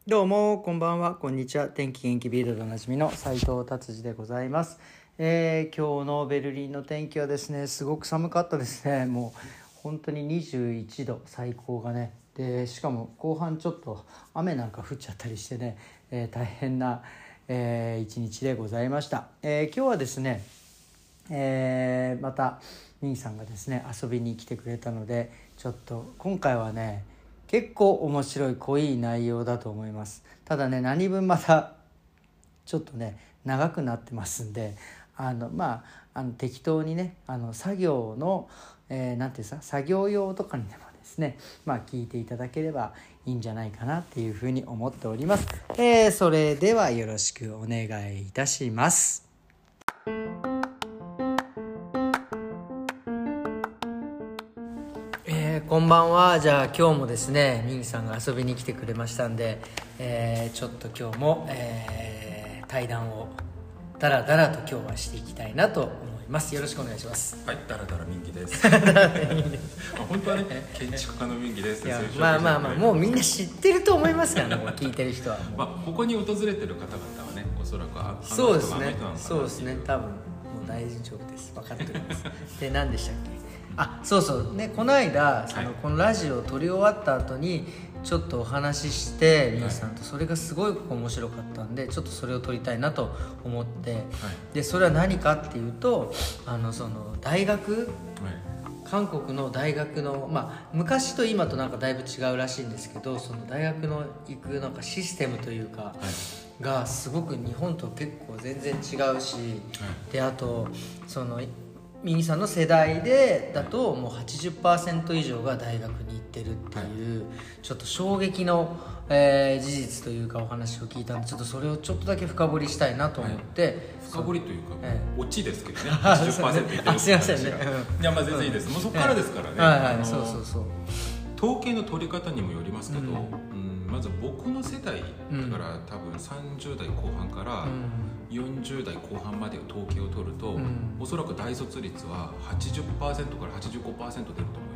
どうもこんばんは、こんにちは。天気元気ビルドでおなじみの斉藤達治でございます。今日のベルリンの天気はですね、すごく寒かったですね。もう本当に21度、最高がね。でしかも後半ちょっと雨なんか降っちゃったりしてね、大変な、一日でございました。今日はですね、またミンさんがですね遊びに来てくれたので、ちょっと今回はね結構面白い濃い内容だと思います。ただね、何分またちょっとね長くなってますんで、適当にね作業の、なんていうさ作業用とかにでもですね聞いていただければいいんじゃないかなっていうふうに思っております。それではよろしくお願いいたします。こんばんは。じゃあ今日もですねミンさんが遊びに来てくれましたんで、ちょっと今日も、対談をダラダラと今日はしていきたいなと思います。よろしくお願いします。 はい、ダラダラミンギです本当はね、建築家のミンギです。 いやもうみんな知ってると思いますからね、もう聞いてる人はもうここに訪れてる方々はね、おそらくそうですね、そうですね、多分もう大丈夫です、分かっておりますで、何でしたっけ。そうそうね、この間このラジオを撮り終わった後にちょっとお話しして皆さんと、それがすごい面白かったんで、ちょっとそれを撮りたいなと思って、でそれは何かっていうとその大学、韓国の大学の、昔と今となんかだいぶ違うらしいんですけど、その大学の行くなんかシステムというか、がすごく日本と結構全然違うし、であとそのミニさんの世代でだともう 80% 以上が大学に行ってるっていう、ちょっと衝撃の、事実というかお話を聞いたんで、ちょっとそれをちょっとだけ深掘りしたいなと思って、 深掘りというか、オチですけどね、80% いってるってすいませんね、 いや全然いいです、もうそこからですからね。 そう統計の取り方にもよりますけど、まず僕の世代だから多分30代後半から40代後半まで統計を取ると、おそらく大卒率は 80% から 85% 出ると思います。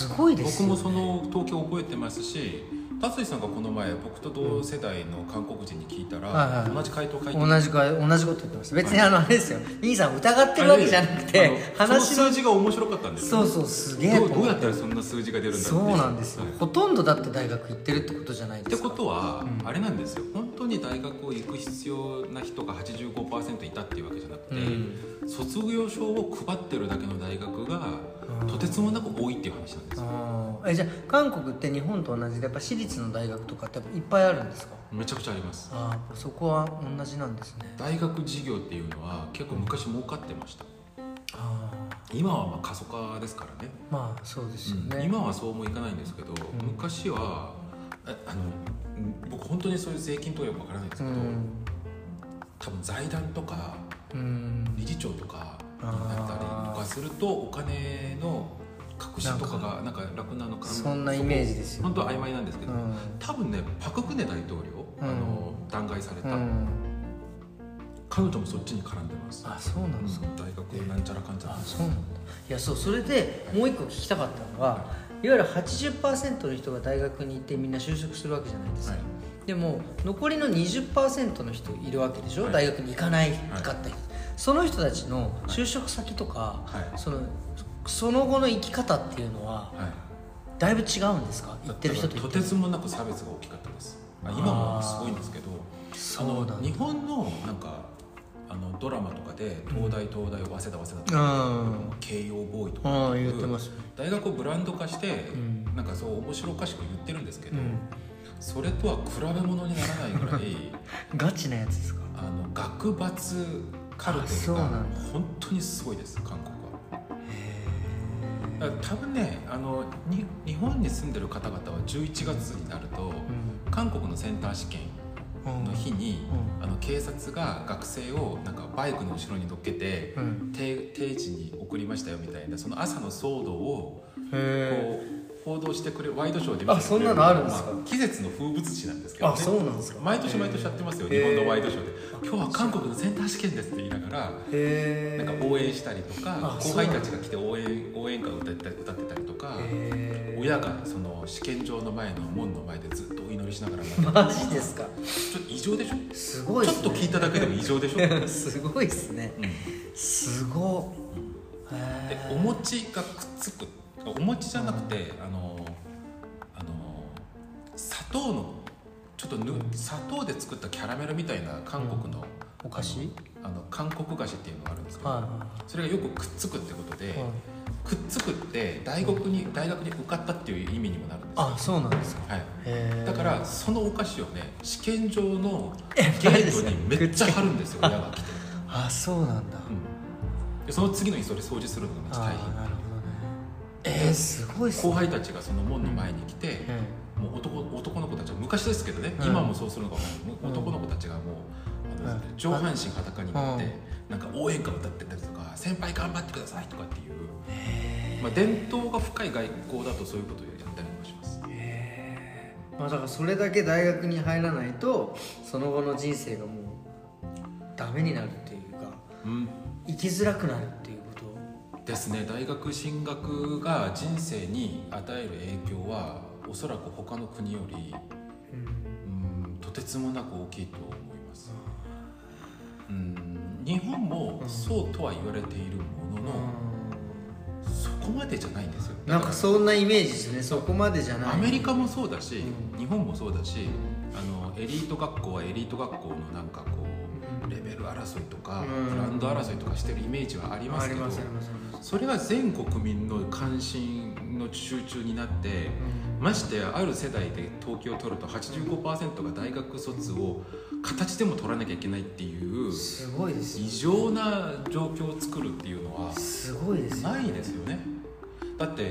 すごいですよね。 僕もその統計を覚えてますし、達治さんがこの前僕と同世代の韓国人に聞いたら、同じ回答書いて同じこと言ってます。別にあれですよ、兄さん疑ってるわけじゃなくて、 話の数字が面白かったんですよ、 そうすげえ。 どうやったらそんな数字が出るんだろう。 そうなんですよ、ほとんどだって大学行ってるってことじゃないですか。 ってことは、あれなんですよ、本当に大学を行く必要な人が 85% いたっていうわけじゃなくて、卒業証を配ってるだけの大学がとてつもなく多いっていう話なんですよ。 じゃあ韓国って日本と同じでやっぱ私立の大学とかっていっぱいあるんですか。 めちゃくちゃあります。 そこは同じなんですね。 大学事業っていうのは結構昔儲かってました。今は過疎化ですからね。 そうですよね、 今はそうもいかないんですけど、昔は僕本当にそういう税金とかよくわからないんですけど、多分財団とか理事長とかになったりとかするとお金の隠しとかがなんか楽なのかな、 そんなイメージですよ、 本当は曖昧なんですけど、多分ねパク・クネ大統領、弾劾された、彼女もそっちに絡んでます。 そうなんですか。 大学なんちゃらかんちゃら。 そうなんだ。いや、それでもう一個聞きたかったのは、いわゆる 80% の人が大学に行ってみんな就職するわけじゃないですか、でも残りの 20% の人いるわけでしょ、大学に行かないかった人、その人たちの就職先とか、その後の生き方っていうのは、だいぶ違うんですか。行ってる人ととてつもなく差別が大きかったです。今もすごいんですけど、日本のなんかドラマとかで東大早稲田とか慶応ボーイとか言ってます。 大学をブランド化して、なんかそう面白おかしく言ってるんですけど、それとは比べ物にならないぐらいガチなやつですか。 学閥カルテルが本当にすごいです、韓国は。多分ね、日本に住んでる方々は11月になると、韓国のセンター試験の日に、警察が学生をなんかバイクの後ろに乗っけて、定時に送りましたよみたいな、その朝の騒動をこう報道してくれるワイドショーで見せてくれる。 そんなのあるんですか。 季節の風物詩なんですけどね。 そうなんですか。 毎年やってますよ、日本のワイドショーで。今日は韓国のセンター試験ですって言いながら、なんか応援したりとか、後輩たちが来て応援歌を歌ってたりとか、親がその試験場の前の門の前でずっとお祈りりしながらマジですか。 ちょっと異常でしょ。 すごいですね。 ちょっと聞いただけでも異常でしょすごいですね、すごい、 でお餅がくっつく、お餅じゃなくて、砂糖のちょっと砂糖で作ったキャラメルみたいな韓国の、 お菓子、 韓国菓子っていうのがあるんですけど、それがよくくっつくってことで、くっつくって大学に受かったっていう意味にもなるんですよ。 あ、そうなんですか。 はい、だからそのお菓子をね、試験場のゲートにめっちゃ貼るんですよ親が来て。 あ、そうなんだ、 でその次の日それ掃除するのがめっちゃ大変。 なるほどね。すごいっすね。 後輩たちがその門の前に来て、もう男の子たちは昔ですけどね、今もそうするのかも、男の子たちがもう上半身裸になって、なんか応援歌を歌ってたりとか、先輩頑張ってくださいとかっていう、伝統が深い外交だとそういうことをやったりもします。 だからそれだけ大学に入らないとその後の人生がもうダメになるっていうか、生きづらくなるっていうことですね。大学進学が人生に与える影響はおそらく他の国より、とてつもなく大きいと思います。日本もそうとは言われているものの、そこまでじゃないんですよ。 なんかそんなイメージですね。そこまでじゃない。 アメリカもそうだし、日本もそうだし、エリート学校はエリート学校のなんかこうレベル争いとか、ブランド争いとかしてるイメージはありますけど、それが全国民の関心の集中になって、ましてある世代で統計を取ると 85% が大学卒を形でも取らなきゃいけないっていうすごいです、 異常な状況を作るっていうのはすごいですないですよね。だって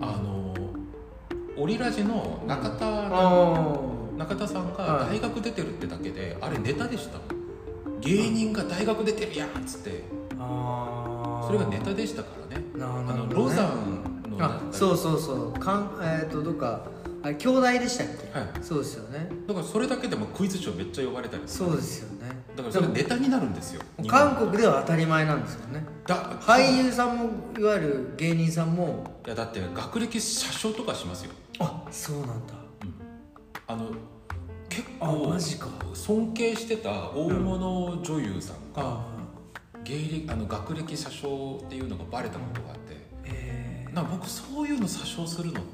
オリラジの中田さんが大学出てるってだけで、あれネタでした。芸人が大学出てるやんっつって、それがネタでしたからね。ロザンのそうどっか兄弟でしたっけ。 はい、 そうですよね。 だからそれだけでもクイズ賞めっちゃ呼ばれたり。 そうですよね。 だからそれネタになるんですよ。 韓国では当たり前なんですよね。俳優さんもいわゆる芸人さんも。 いやだって学歴詐称とかしますよ。 あ、そうなんだ。 結構マジか。 尊敬してた大物女優さんが、学歴詐称っていうのがバレたことがあって、僕そういうの詐称するのって、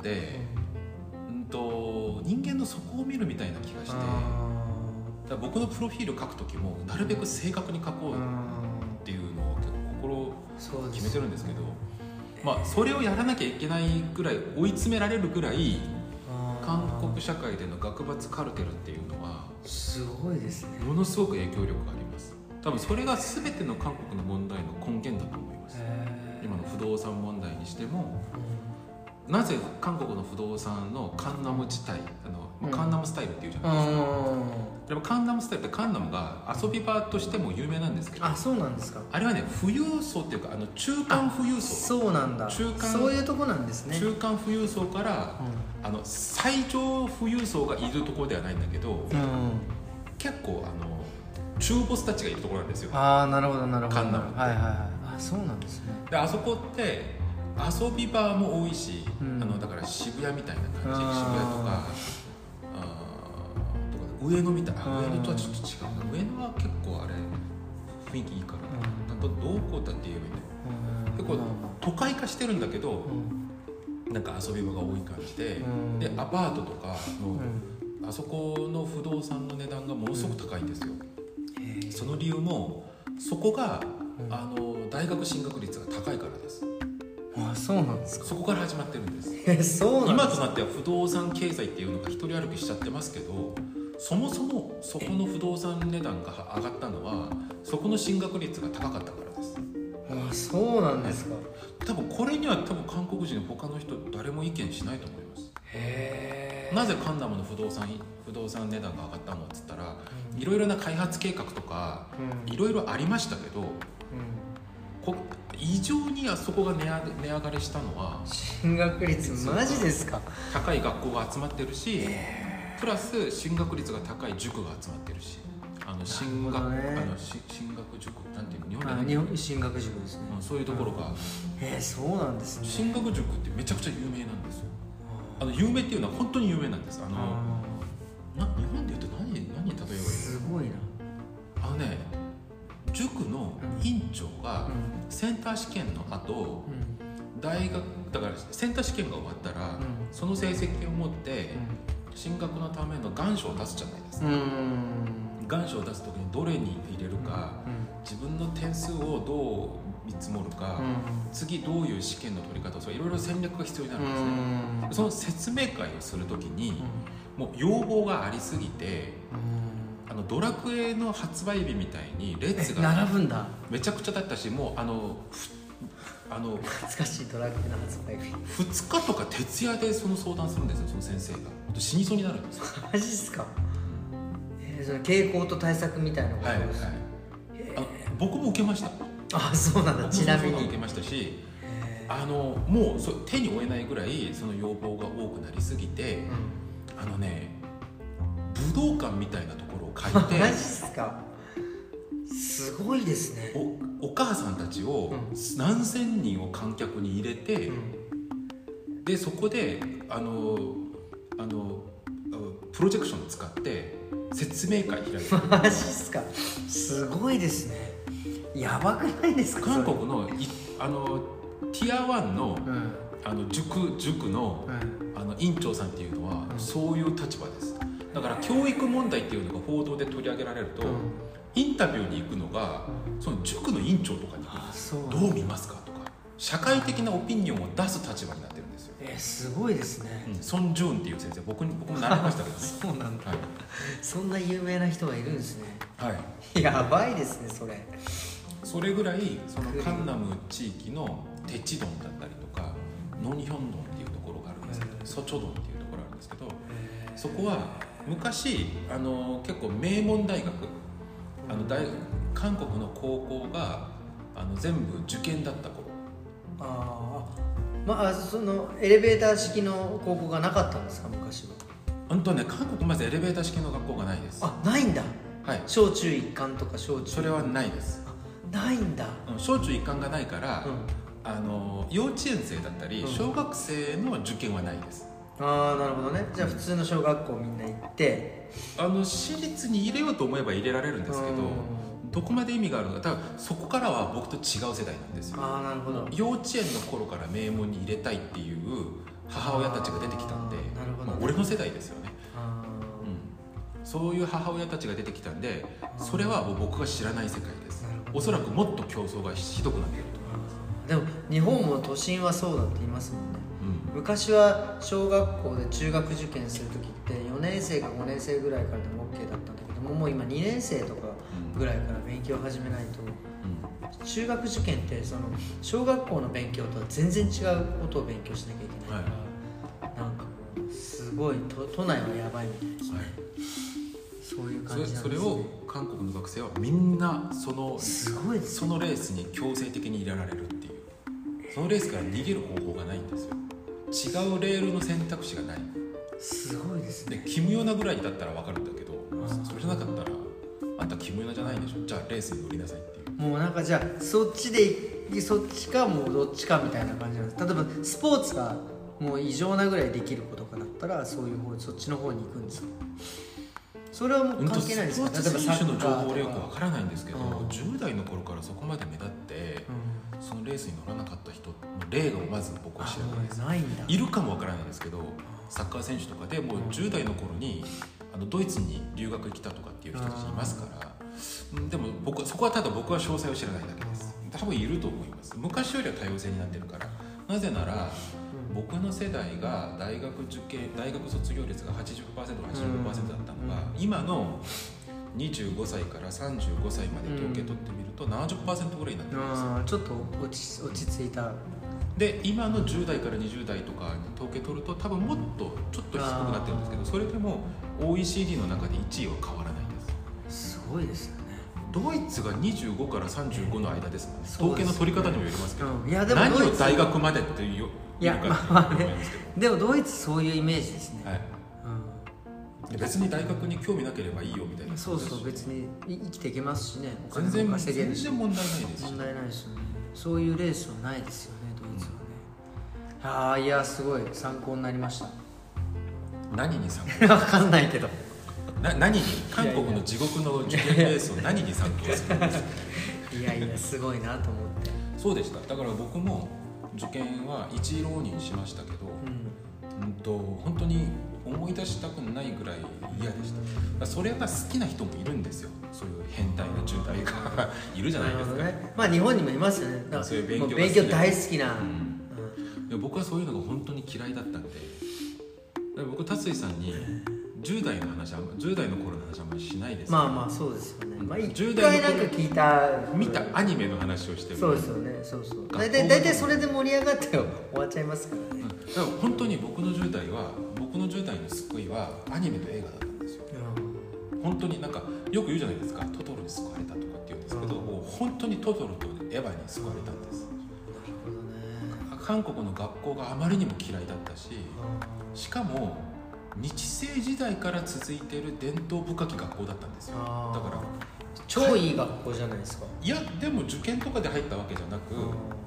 人間の底を見るみたいな気がして、だから僕のプロフィール書く時もなるべく正確に書こうっていうのを結構心決めてるんですけど、それをやらなきゃいけないぐらい追い詰められるぐらい韓国社会での学閥カルテルっていうのはすごいですね。 ものすごく影響力があります。多分それが全ての韓国の問題の根源だと思います。今の不動産問題にしても、なぜ韓国の不動産のカンナム自体カンナムスタイルっていうじゃないですか。でもカンナムスタイルってカンナムが遊び場としても有名なんですけど、 そうなんですか。 あれはね、富裕層っていうか中間富裕層。 そうなんだ。そういうとこなんですね。 中間富裕層から、最上富裕層がいるところではないんだけど、結構中ボスたちがいるところなんですよ。 なるほどなるほど。 カンナムって。 そうなんですね。 であそこって遊び場も多いし、だから渋谷みたいな感じ、渋谷とか上野みたいな、上野とはちょっと違う。上野は結構あれ雰囲気いいから、どこだって言えばいいんだよ。結構都会化してるんだけど、なんか遊び場が多い感じで、でアパートとかの、あそこの不動産の値段がものすごく高いんですよ。その理由もそこが、大学進学率が高いからです。 そうなんですか。 そこから始まってるんです。 そうなんですか。 今となっては不動産経済っていうのが一人歩きしちゃってますけど、そもそもそこの不動産値段が上がったのはそこの進学率が高かったからです。 そうなんですか。 多分これには韓国人他の人誰も意見しないと思います。なぜカンナムの不動産値段が上がったのって言ったら、いろいろな開発計画とかいろいろありましたけど、異常にあそこが値上がりしたのは進学率マジですか。 高い学校が集まってるし、プラス進学率が高い塾が集まってるし、進学塾なんていうの、 日本進学塾ですね。 そういうところが、 そうなんですね。 進学塾ってめちゃくちゃ有名なんですよ。有名っていうのは本当に有名なんです。 センター試験の後、大学だからセンター試験が終わったら、その成績を持って進学のための願書を出すじゃないですか。願書を出す時にどれに入れるか、自分の点数をどう見積もるか、次どういう試験の取り方をするか、いろいろ戦略が必要になるんですね。その説明会をする時にもう要望がありすぎて、ドラクエの発売日みたいに列が並ぶんだ。 めちゃくちゃだったし、もう懐かしいドラクエの発売日 2日とか徹夜でその相談するんですよ、その先生が。死にそうになるんですよ。 マジっすか。その傾向と対策みたいなことです。 僕も受けました。 あ、そうなんだ。ちなみに受けましたし、もう手に負えないぐらいその要望が多くなりすぎて、武道館みたいなところを借りてマジっすか。すごいですね。 お母さんたちを何千人を観客に入れて、でそこでプロジェクションを使って説明会開いてマジっすか。すごいですね。やばくないですか。 韓国のティア1の、塾の、院長さんっていうのは、そういう立場です。だから教育問題っていうのが報道で取り上げられると、インタビューに行くのがその塾の院長とかに行くんです。どう見ますかとか、社会的なオピニオンを出す立場になってるんですよ。 すごいですね。 ソン・ジュンっていう先生、僕も習いましたけどね。 そうなんだ、そんな有名な人がいるんですね。 はい、 やばいですね。 それぐらいそのカンナム地域のテチドンだったりとかノニヒョンドンっていうところがあるんですけど、ソチョドンっていうところあるんですけど、そこは昔結構名門大学、韓国の高校が全部受験だった頃。 そのエレベーター式の高校がなかったんですか、昔は。 韓国まずエレベーター式の学校がないです。 ないんだ。 はい。 小中一貫とか小中。 それはないです。 ないんだ。 小中一貫がないから、幼稚園生だったり小学生の受験はないです。 なるほどね。じゃあ普通の小学校みんな行って、 私立に入れようと思えば入れられるんですけど、どこまで意味があるのか、多分そこからは僕と違う世代なんですよ。 なるほど。 幼稚園の頃から名門に入れたいっていう母親たちが出てきたんで、俺の世代ですよね。そういう母親たちが出てきたんで、それはもう僕が知らない世界です。おそらくもっと競争がひどくなっていると思います。 でも日本も都心はそうだって言いますもんね。昔は小学校で中学受験する時って4年生か5年生ぐらいからでも OK だったんだけども、もう今2年生とかぐらいから勉強を始めないと、中学受験ってその小学校の勉強とは全然違うことを勉強しなきゃいけないから、なんかもうすごい都内はやばいみたいですね。そういう感じなんですね。 それを韓国の学生はみんなすごいですね。 そのレースに強制的に入れられるっていう、そのレースから逃げる方法がないんですよ。違うレールの選択肢がない。 すごいですね。 キムヨナぐらいだったら分かるんだけど、それじゃなかったらあんたキムヨナじゃないんでしょ、じゃあレースに乗りなさいっていう。 もうなんかじゃあそっちかもうどっちかみたいな感じなんです。例えばスポーツがもう異常なぐらいできる子とかだったら、そういうそっちの方に行くんですか。それはもう関係ないですか。 例えば選手の情報はよく分からないんですけど、10代の頃からそこまで目立って、そのレースに乗らなかった人の例がまず僕は知らないです。 ないんだ。 いるかも分からないですけど、サッカー選手とかでもう10代の頃にドイツに留学に来たとかっていう人たちいますから、でもそこはただ僕は詳細を知らないだけです。多分いると思います。昔よりは多様性になってるから。なぜなら僕の世代が大学卒業率が 80%、85% だったのが、今の25歳から35歳まで統計取ってみると 70% ぐらいになってるんですよ。 ちょっと落ち着いた。 で今の10代から20代とかに統計取ると多分もっとちょっと低くなってるんですけど、それでも OECD の中で1位は変わらないです。 すごいですよね。 ドイツが25から35の間ですもんね。統計の取り方にもよりますけど、 でも何を大学までっていうでもドイツそういうイメージですね。 別に大学に興味なければいいよみたいな。 そう別に生きていけますしね。 全然問題ないですし。 問題ないですよね。そういうレースはないですよね、ドイツはね。いやすごい参考になりました。 何に参考？ 分かんないけど。 何に韓国の地獄の受験レースを何に参考するんですか？ いやすごいなと思って。 そうでした。だから僕も受験は一浪人しましたけど、本当に思い出したくないぐらい嫌でした。それが好きな人もいるんですよ。そういう変態な10代がいるじゃないですか。 ね、まあ日本にもいますよね。だからそういう勉強大好きな、 僕はそういうのが本当に嫌いだったんで、僕達井さんに10代の話、10代の頃の話はあんまりしないです。 まあまあそうですよね。まあ 10 一回代の頃なんか聞いた見たアニメの話をしても、 そうですよね。そう大体それで盛り上がって終わっちゃいますからね。 だから本当に僕の10代の救いはアニメと映画だったんですよ。本当になんかよく言うじゃないですか、トトロに救われたとかって言うんですけど、もう本当にトトロとエヴァに救われたんです。韓国の学校があまりにも嫌いだったし、しかも日清時代から続いている伝統深き学校だったんですよ。だから超いい学校じゃないですか。 いやでも受験とかで入ったわけじゃなく、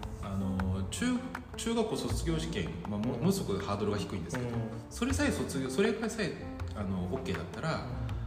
中学校卒業試験、ものすごくハードルが低いんですけど、それがさえ OK だったら、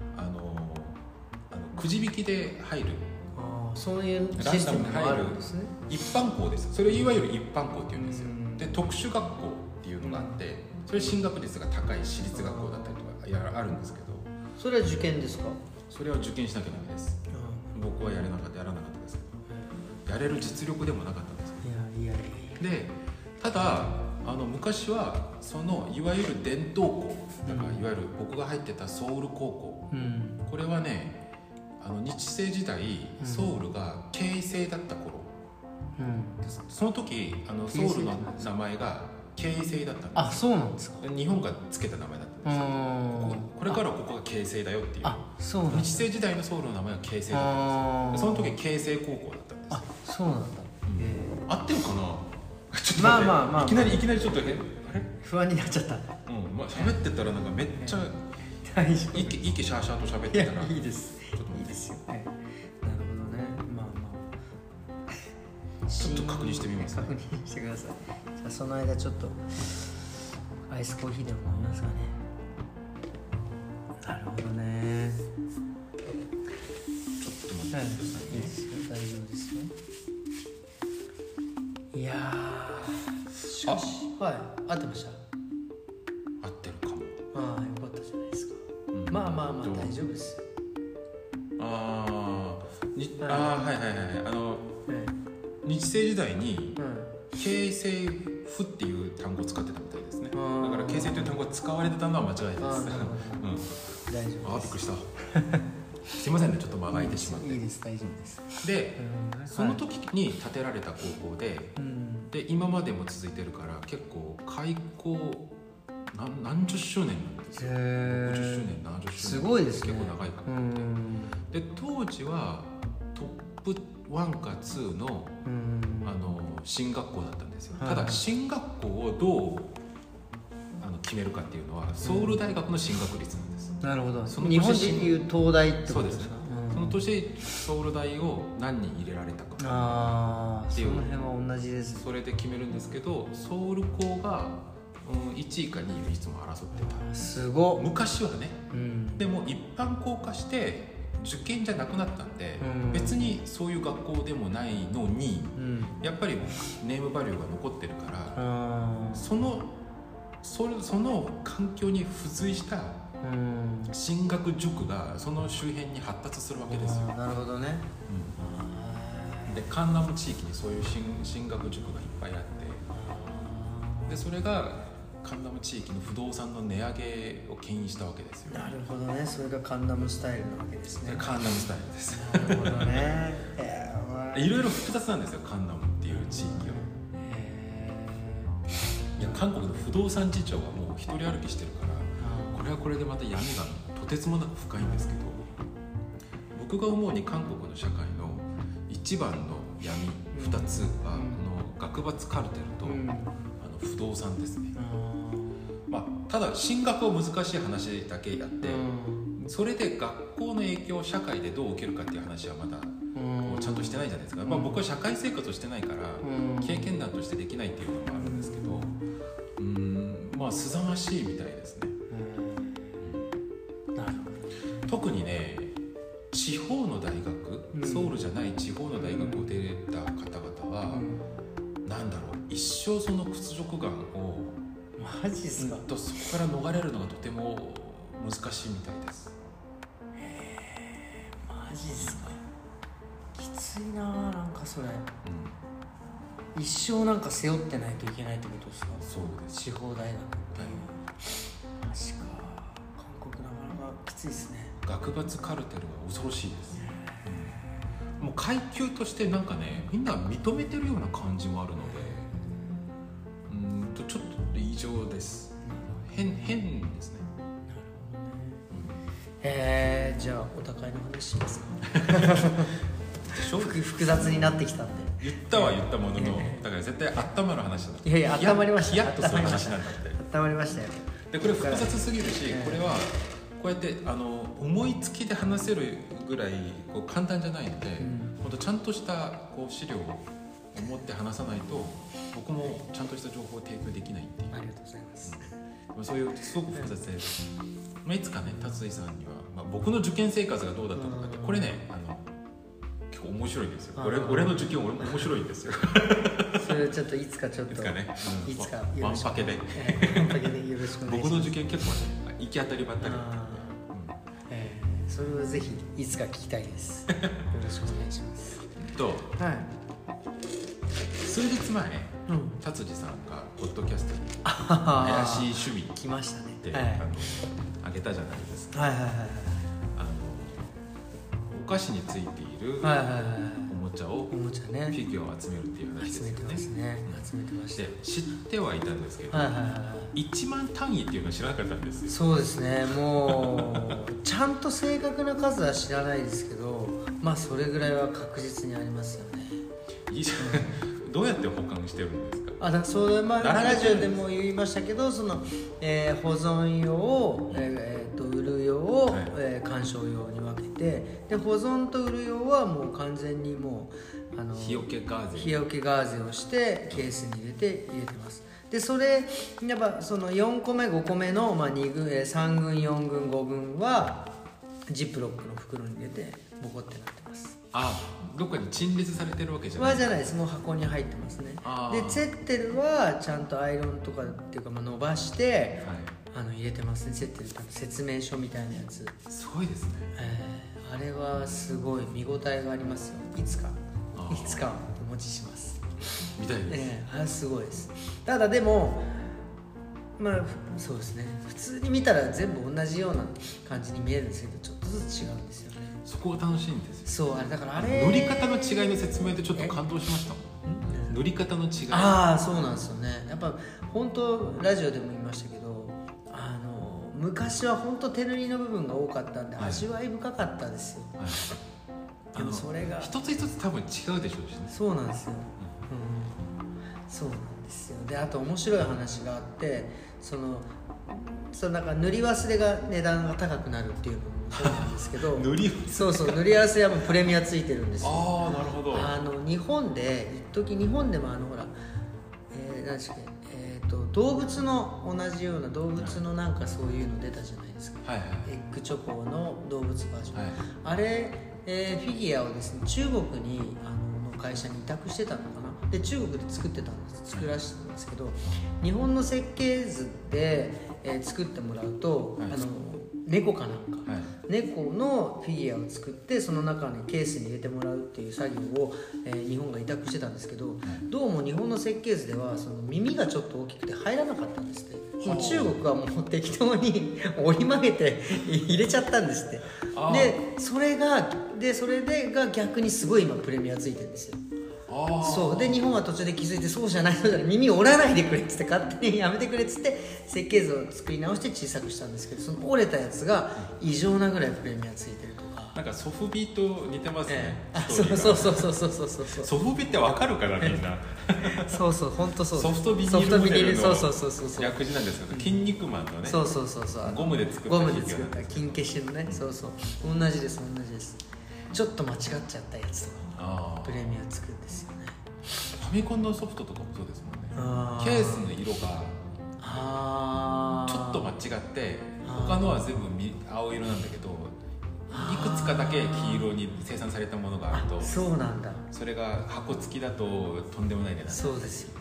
くじ引きで入る、 そういうシステムがあるんですね。 一般校です。それいわゆる一般校って言うんですよ。で特殊学校っていうのがあって、それ進学率が高い私立学校だったりとかあるんですけど、 それは受験ですか？ それは受験しなきゃダメです。僕はやらなかったですけど、やれる実力でもなかったんですよ。でただ昔はそのいわゆる伝統校だから、いわゆる僕が入ってたソウル高校、これはね日清時代ソウルが慶西だった頃、その時ソウルの名前が慶西だったんです。 あ、そうなんですか。 日本が付けた名前だったんですよ。これからここが慶西だよっていう。 そうなんだ。 日清時代のソウルの名前は慶西だったんですよ。その時慶西高校だったんです。 あ、そうなんだ。 合ってるかな。ちょっとまあいきなりちょっとあれ不安になっちゃった。 喋ってたらなんかめっちゃ大丈夫。 息シャーシャーと喋ってたらいいです。 ちょっといいですよ。なるほどね。 ちょっと確認してみます。 確認してください。じゃあその間ちょっとアイスコーヒーでも飲みますかね。なるほどね。 ちょっと待ってくださいね。 いいですよ。大丈夫ですよ。いやー、しかし、合ってました。 合ってるかも。 よかったじゃないですか。まあ大丈夫ですよ。 日清時代に京成府っていう単語を使ってたみたいですね。だから京成という単語が使われてたのは間違いです。 大丈夫です。 びっくりした。すいませんね、ちょっと間が空いてしまって。 いいです、大丈夫です。 で、その時に建てられた高校で、で今までも続いてるから結構開校何十周年なんですよ。60周年、70周年。 すごいですね。 結構長い学校で、当時はトップ1か2の進学校だったんですよ。ただ進学校をどう決めるかっていうのはソウル大学の進学率なんです。 なるほど。日本でいう東大ってことですか？ その年ソウル大を何人入れられたかっていう、その辺は同じです。 それで決めるんですけど、ソウル校が1位か2位をいつも争ってた。 すごい。 昔はね、でも一般校化して受験じゃなくなったんで、別にそういう学校でもないのに、やっぱりネームバリューが残ってるから、その環境に付随した進学塾がその周辺に発達するわけですよ。 なるほどね。 でカンナム地域にそういう進学塾がいっぱいあって、でそれがカンナム地域の不動産の値上げを牽引したわけですよ。 なるほどね。それがカンナムスタイルなわけですね。 カンナムスタイルです。 なるほどね。 いろいろ複雑なんですよ、カンナムっていう地域を。いや、韓国の不動産事情はもう一人歩きしてるから、これはこれでまた闇がとてつもなく深いんですけど、僕が思うに韓国の社会の一番の闇2つは、この学閥カルテルと、不動産ですね。ただ進学は難しい話だけやって、それで学校の影響を社会でどう受けるかっていう話はまだちゃんとしてないじゃないですか。僕は社会生活をしてないから、経験談としてできないっていうのもあるんですけど、すさましいみたいですね。特にね、地方の大学、ソウルじゃない地方の大学を出た方々は、 生その屈辱感をマジっすか。 そこから逃れるのがとても難しいみたいです。 マジっすか。きついな、なんかそれ、一生なんか背負ってないといけないってことですか。 そうです。 地方大学っていう、マジか。韓国なかなかきついですね。 学閥カルテルは恐ろしいです。もう階級としてなんかね、みんな認めてるような感じもあるので、ちょっと異常です。変ですね。 じゃあお互いの話しますか。 複雑になってきたんで。 言ったものの、だから絶対温まる話だ。 いやいや、温まりました。 ヒヤッとする話なんだって。 温まりましたよ。 でこれ複雑すぎるし、これはこうやって思いつきで話せるぐらいこう簡単じゃないので、本当ちゃんとしたこう資料を持って話さないと僕もちゃんとした情報を提供できないっていう。 ありがとうございます。 そういうすごく複雑で、いつかね達井さんには、僕の受験生活がどうだったのかって、これね結構面白いんですよ。俺の受験面白いんですよ。 それちょっといつかね、いつかワンパケでよろしくお願いします。 僕の受験結構行き当たりばったり。 それをぜひいつか聞きたいです。よろしくお願いします。 数日前、達治さんがポッドキャストに怪しい趣味来ましたねってあげたじゃないですか。お菓子についているおもちゃをフィギュアを集めるっていう話ですよね。 集めてました。 で知ってはいたんですけど、1万単位っていうのは知らなかったんですよ。 そうですね。もうちゃんと正確な数は知らないですけど、まあそれぐらいは確実にありますよね。 どうやって保管してるんですか。 それラジオでも言いましたけど、その、保存用、売る用、鑑賞用に分けて、で保存と売る用はもう完全にもう日よけガーゼをしてケースに入れてます。でそれやっぱその4個目5個目の、2軍、3軍4軍5軍はジップロックの袋に入れてボコってなってます。 どっかに陳列されてるわけじゃないです。もう箱に入ってますね。でツェッテルはちゃんとアイロンとかっていうか、伸ばして、入れてますね。ツェッテルって説明書みたいなやつ。 すごいですね。 あれはすごい見応えがありますよ。いつかお持ちしますみたいです。 あれすごいです。ただでもそうですね、普通に見たら全部同じような感じに見えるんですけど、ちょっとずつ違うんですよね。 そこが楽しいんですよ。 そう、だから塗り方の違いの説明でちょっと感動しましたもん。塗り方の違い。 そうなんですよね。やっぱ本当ラジオでも言いましたけど、昔は本当手塗りの部分が多かったんで、味わい深かったですよ。でもそれが一つ一つ多分違うでしょうしね。 そうなんですよ。そうなんですよ。であと面白い話があって、そのなんか塗り忘れが値段が高くなるっていうのもそうなんですけど塗り忘れはもうプレミアついてるんですよ。 なるほど。 日本で一時日本でもほら、何でしたっけ、動物の同じような動物のなんかそういうの出たじゃないですか。エッグチョコの動物バージョン。あれ、フィギュアをですね、中国にの会社に委託してたのかな。で中国で作らせてたんですけど、日本の設計図で、作ってもらうと、猫かなんか、猫のフィギュアを作ってその中にケースに入れてもらうっていう作業を、日本が委託してたんですけど、どうも日本の設計図ではその耳がちょっと大きくて入らなかったんですって。もう中国はもう適当に折り曲げて入れちゃったんですって。でそれが逆にすごい今プレミアついてるんですよ。そうで日本は途中で気づいて、そうじゃないのじゃない、耳折らないでくれっつって勝手にやめてくれっつって設計図を作り直して小さくしたんですけど、その折れたやつが異常なぐらいプレミアついてるとか。 なんかソフビと似てますね。 そうソフビってわかるからみんな。 そう本当そう。 ソフトビニールモデルの略字なんですけど、筋肉マンのね。 そうゴムで作った金消しのね。同じです。ちょっと間違っちゃったやつとかプレミアつくんですよね。 ファミコンのソフトとかもそうですもんね。ケースの色がちょっと間違って他のは全部青色なんだけど、いくつかだけ黄色に生産されたものがあると、 そうなんだ。 それが箱付きだととんでもない値段。 そうですよね。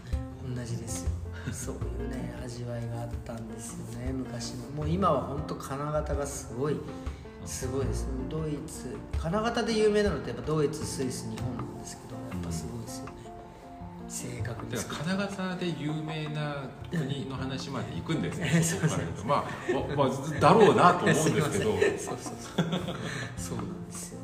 同じですよ。そういうね味わいがあったんですよね昔の。もう今は本当金型がすごいですね。ドイツ金型で有名なのってやっぱドイツ、スイス、日本なんですけど、やっぱすごいですよね。正確です。 金型で有名な国の話まで行くんですね。そこから言うとまあだろうなと思うんですけど。そうなんですよ。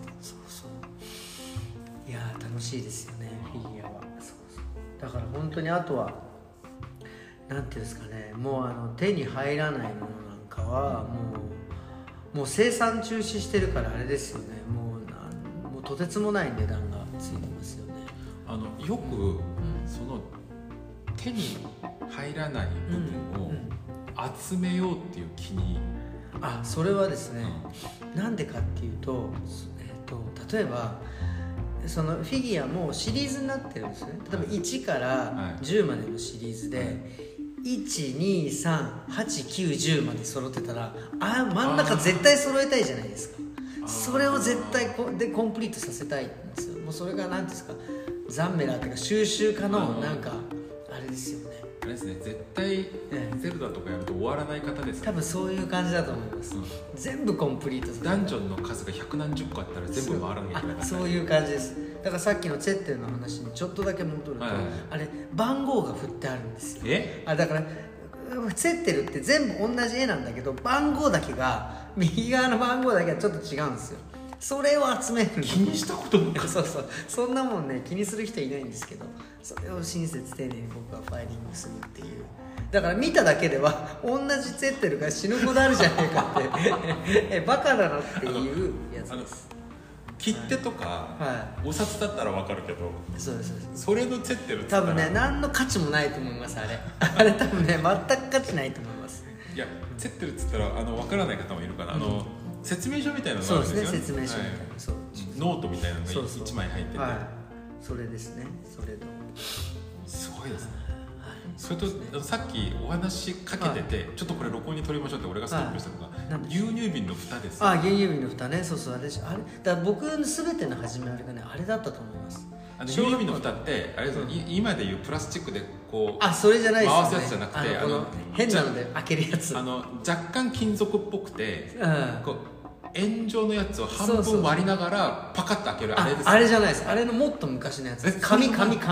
いや楽しいですよねフィギュアは。だから本当にあとはなんていうんですかね、もう手に入らないものなんかはもう生産中止してるからあれですよね。もうとてつもない値段がついてますよね。 よくその手に入らない部分を集めようっていう気に、 それはですね、なんでかっていうと、例えばそのフィギュアもシリーズになってるんですよね。例えば1から10までのシリーズで、1,2,3,8,9,10まで揃ってたら真ん中絶対揃えたいじゃないですか。それを絶対でコンプリートさせたいんですよ。もうそれが何ですか、ザンメラーっていうか収集家のなんかあれですよね。 あれですね、絶対ゼルダとかやると終わらない方です、ね、 多分そういう感じだと思います、全部コンプリートさせたい。 ダンジョンの数が100何十個あったら全部回らなきゃいけない。 そういう感じです。だからさっきのツェッテルの話にちょっとだけ戻ると、あれ番号が振ってあるんですよ。だからツェッテルって全部同じ絵なんだけど、番号だけが右側の番号だけはちょっと違うんですよ。それを集める。 気にしたことない。 そんなもんね気にする人いないんですけど、それを親切丁寧に僕はファイリングするっていう。だから見ただけでは同じツェッテルが死ぬほどあるじゃないかってバカだなっていうやつです。 切手とか、お札だったら分かるけど、それのツェッテル多分ね何の価値もないと思います。あれ多分ね全く価値ないと思います。 いやツェッテルっつったら分からない方もいるかな、説明書みたいなのがあるんですよね。 説明書みたいな、 ノートみたいなのが1枚入ってて、 それですね。それとすごいですね。それとさっきお話かけてて、ちょっとこれ録音に取りましょうって俺がストップしたのが、牛乳瓶の蓋です。 牛乳瓶の蓋ね。あれだから僕の全ての始めあれがねあれだったと思います。 牛乳瓶の蓋ってあれです、今でいうプラスチックでこうそれじゃないですよね。 回すやつじゃなくて、 変なので開けるやつ、 若干金属っぽくて、こう円状のやつを半分割りながらパカッと開けるあれです。 あれじゃないです。あれのもっと昔のやつです。紙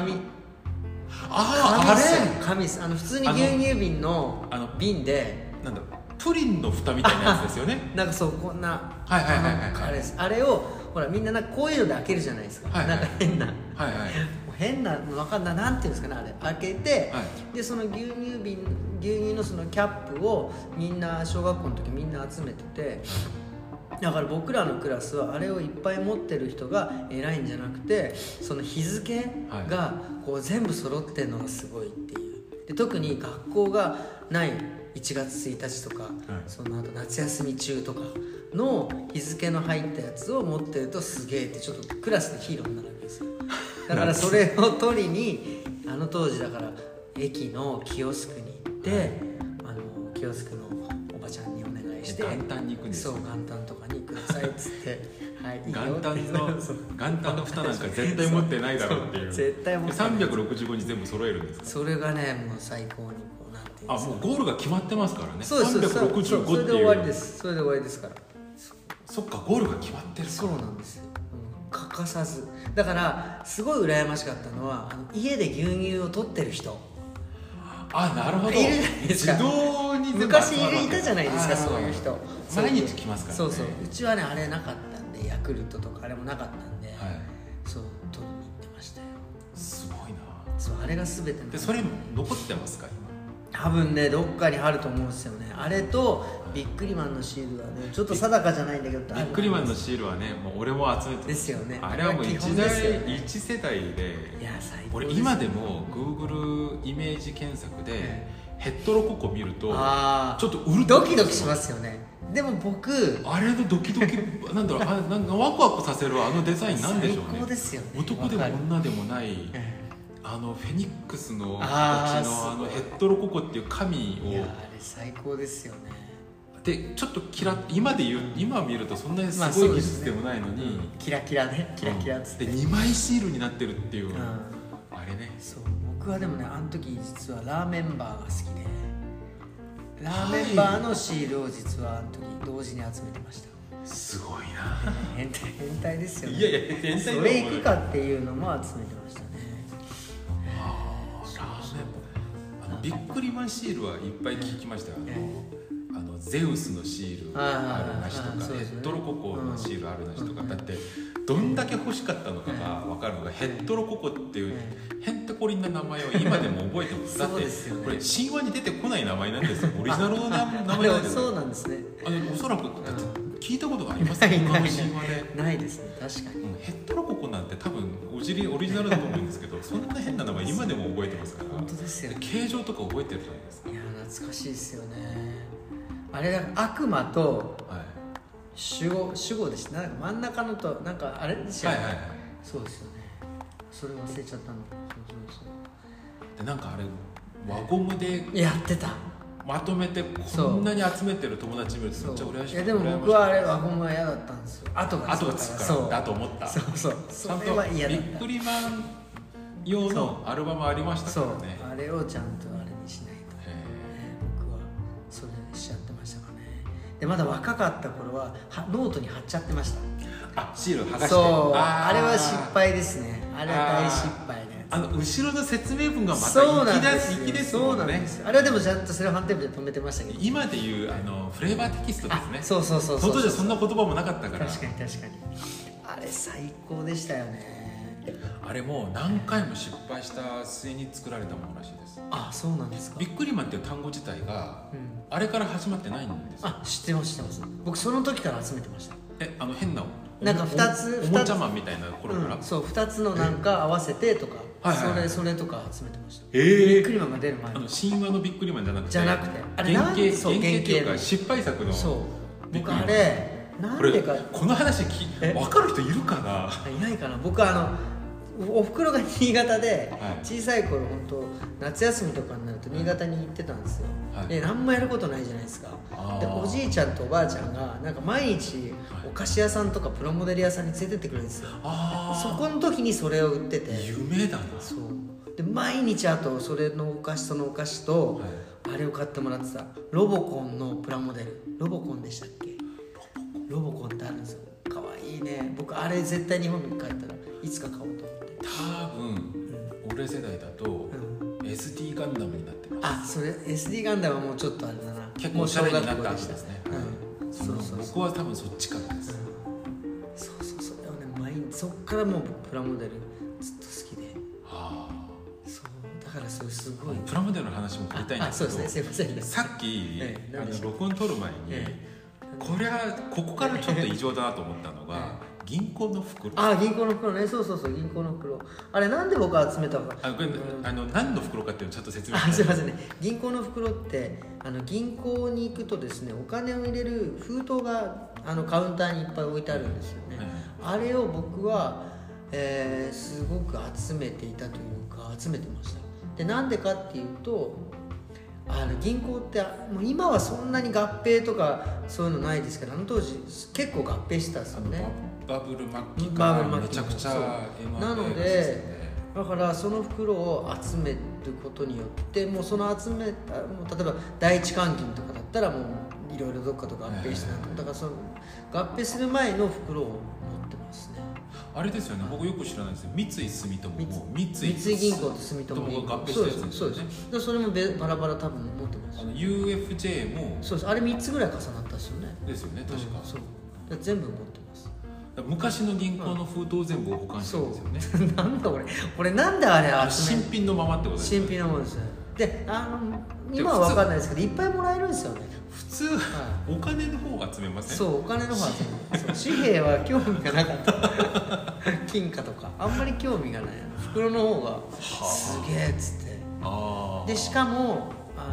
です。普通に牛乳瓶の瓶でなんだプリンの蓋みたいなやつですよね。 なんかこんなあれをほらみんなこういうので開けるじゃないですか。なんか変なの分かんない、なんていうんですかね、あれ開けて、でその牛乳のそのキャップをみんな小学校の時みんな集めてて、だから僕らのクラスはあれをいっぱい持ってる人が偉いんじゃなくて、その日付がこう全部揃ってるのがすごいっていう。で特に学校がない1月1日とか、その後夏休み中とかの日付の入ったやつを持ってるとすげえってちょっとクラスでヒーローになるわけですよ。だからそれを取りに当時だから駅のキオスクに行って、キオスクのおばちゃんにお願いして元旦に行くんですよ。 そう元旦とかにくださいっつって元旦の蓋なんか絶対持ってないだろうっていう絶対持ってない。 365に全部揃えるんですか。 それがねもう最高にこうなんていうんですか、 もうゴールが決まってますからね。 そうです。 365っていう。 それで終わりです。それで終わりですから。 そっか、ゴールが決まってる。 そうなんですよ、欠かさず。だからすごい羨ましかったのは家で牛乳を取ってる人。 なるほど。 いるじゃないですか。 自動に昔いたじゃないですか、そういう人。 毎日来ますからね。 そううちはねあれなかったんで、ヤクルトとかあれもなかったんで、そう取りに行ってましたよ。 すごいな。 そうあれが全ての。 でそれ残ってますか今。 多分ねどっかにあると思うんですよね。あれとビックリマンのシールはねちょっと定かじゃないんだけど、 ビックリマンのシールはねもう俺も集めてですよね。 あれはもう一世代で、 いや最高俺今でも Google イメージ検索でヘッドロココ見るとちょっとウルドキドキしますよね。でも僕あれのドキドキなんだろうなんかワクワクさせるあのデザインなんでしょうね。 最高ですよね。 男でも女でもないフェニックスの形のヘッドロココっていう神を。 いやあれ最高ですよね。 でちょっと今見るとそんなにすごい技術でもないのに、 キラキラねキラキラっつって、 で2枚シールになってるっていう、あれね。 そう僕僕はでもねあの時実はラーメンバーが好きでラーメンバーのシールを実はあの時同時に集めてました。 すごいな。 変態ですよね。 いや変態だそれ行くかっていうのも集めてましたね。 ラーメンビックリマンシールはいっぱい聞きましたよ。ゼウスのシールあるなしとか、ヘッドロココのシールあるなしとか、だってどんだけ欲しかったのかが分かるのが、ヘッドロココっていうへんてこりんな名前を今でも覚えてます。だってこれ神話に出てこない名前なんですよ。オリジナルの名前なんですよ。 そうなんですね。 おそらく聞いたことがありますか？他の神話でないですね。確かに、 ヘッドロココなんて多分オリジナルだと思うんですけどそんな変な名前今でも覚えてますから。 本当ですよね。 形状とか覚えてるじゃないですか。 いや懐かしいですよね。あれ悪魔と守護でした。なんか真ん中のとなんかあれでしたよね。そうですよね。それ忘れちゃったの。そうでなんかあれ輪ゴムでやってた。 まとめてこんなに集めてる友達見るとめっちゃ羨ましい。 いやでも僕はあれ輪ゴムは嫌だったんですよ。後がつくからだと思った。 そうちゃんとビックリマン用のアルバムありましたからね。 あれをちゃんとあれにしないと。僕はそれしちゃってましたかね。でまだ若かった頃はノートに貼っちゃってました。 シール剥がして。 そうあれは失敗ですね。あれは大失敗ね。 後ろの説明文がまた粋ですもんね。 あれはでもちゃんとセロハンテープで止めてましたけど、 今でいうフレーバーテキストですね。 そう当時はそんな言葉もなかったから。 確かにあれ最高でしたよね。 あれも何回も失敗した末に作られたものらしいです。 そうなんですか。 ビックリマンっていう単語自体が、あれから始まってないんですよ。 知ってます。僕その時から集めてました。 変ななんか2つおもちゃマンみたいな頃から、 そう2つのなんか合わせてとか、それとか集めてました。ビックリマンが出る前神話のビックリマンじゃなくてあれ原型っていうか失敗作の。 そう僕あれなんでかこの話分かる人いるかな。 いないかな。僕おふくろが新潟で、小さい頃本当夏休みとかになると新潟に行ってたんですよ。で何もやることないじゃないですか。でおじいちゃんとおばあちゃんがなんか毎日お菓子屋さんとかプラモデル屋さんに連れてってくれるんですよ。そこの時にそれを売ってて夢だな。 そうで毎日あとそのお菓子と、あれを買ってもらってたロボコンのプラモデル。ロボコンでしたっけ。ロボコンってあるんですよ。かわいいね。僕あれ絶対日本に帰ったらいつか買おうと思って。 多分、俺世代だと、SD ガンダムになってます。 それ SD ガンダムはもうちょっとあれだな。 結構おしゃれになった後ですね。僕は多分そっちからです。 それはねそっからもうプラモデルずっと好きで。そうだからそれすごいプラモデルの話も振りたいんですけど、 そうですね、すいません。 さっき録音撮る前にここからちょっと異常だなと思ったのが銀行の袋。 銀行の袋ね。そう銀行の袋。あれなんで僕集めたのか。 何の袋かっていうのをちゃんと説明して。 すいませんね。銀行の袋って銀行に行くとですね、お金を入れる封筒がカウンターにいっぱい置いてあるんですよね。あれを僕は、すごく集めていたというか集めてました。でなんでかっていうと銀行ってもう今はそんなに合併とかそういうのないですけど、当時結構合併してたんですよね。 バブル末期からめちゃくちゃなのでだからその袋を集めることによってもうその集めた例えば第一関金とかだったらもういろいろどっかと合併してだからその合併する前の袋を持ってますね。 あれですよね。僕よく知らないですよ。三井住友も三井銀行と住友銀行が合併したやつですよね。 そうです。それもバラバラ多分持ってます。 UFJ もそうです。あれ3つぐらい重なったですよね。 ですよね確か。 そう全部持ってます。 昔の銀行の封筒全部保管してるんですよね。 なんだこれなんであれ新品のままってことですね。 新品のままです。で今は分かんないですけどいっぱいもらえるんですよね。 普通、お金の方を集めません？ そうお金の方集めます紙幣は興味がなかった金貨とかあんまり興味がない。袋の方がすげえっつってでしかも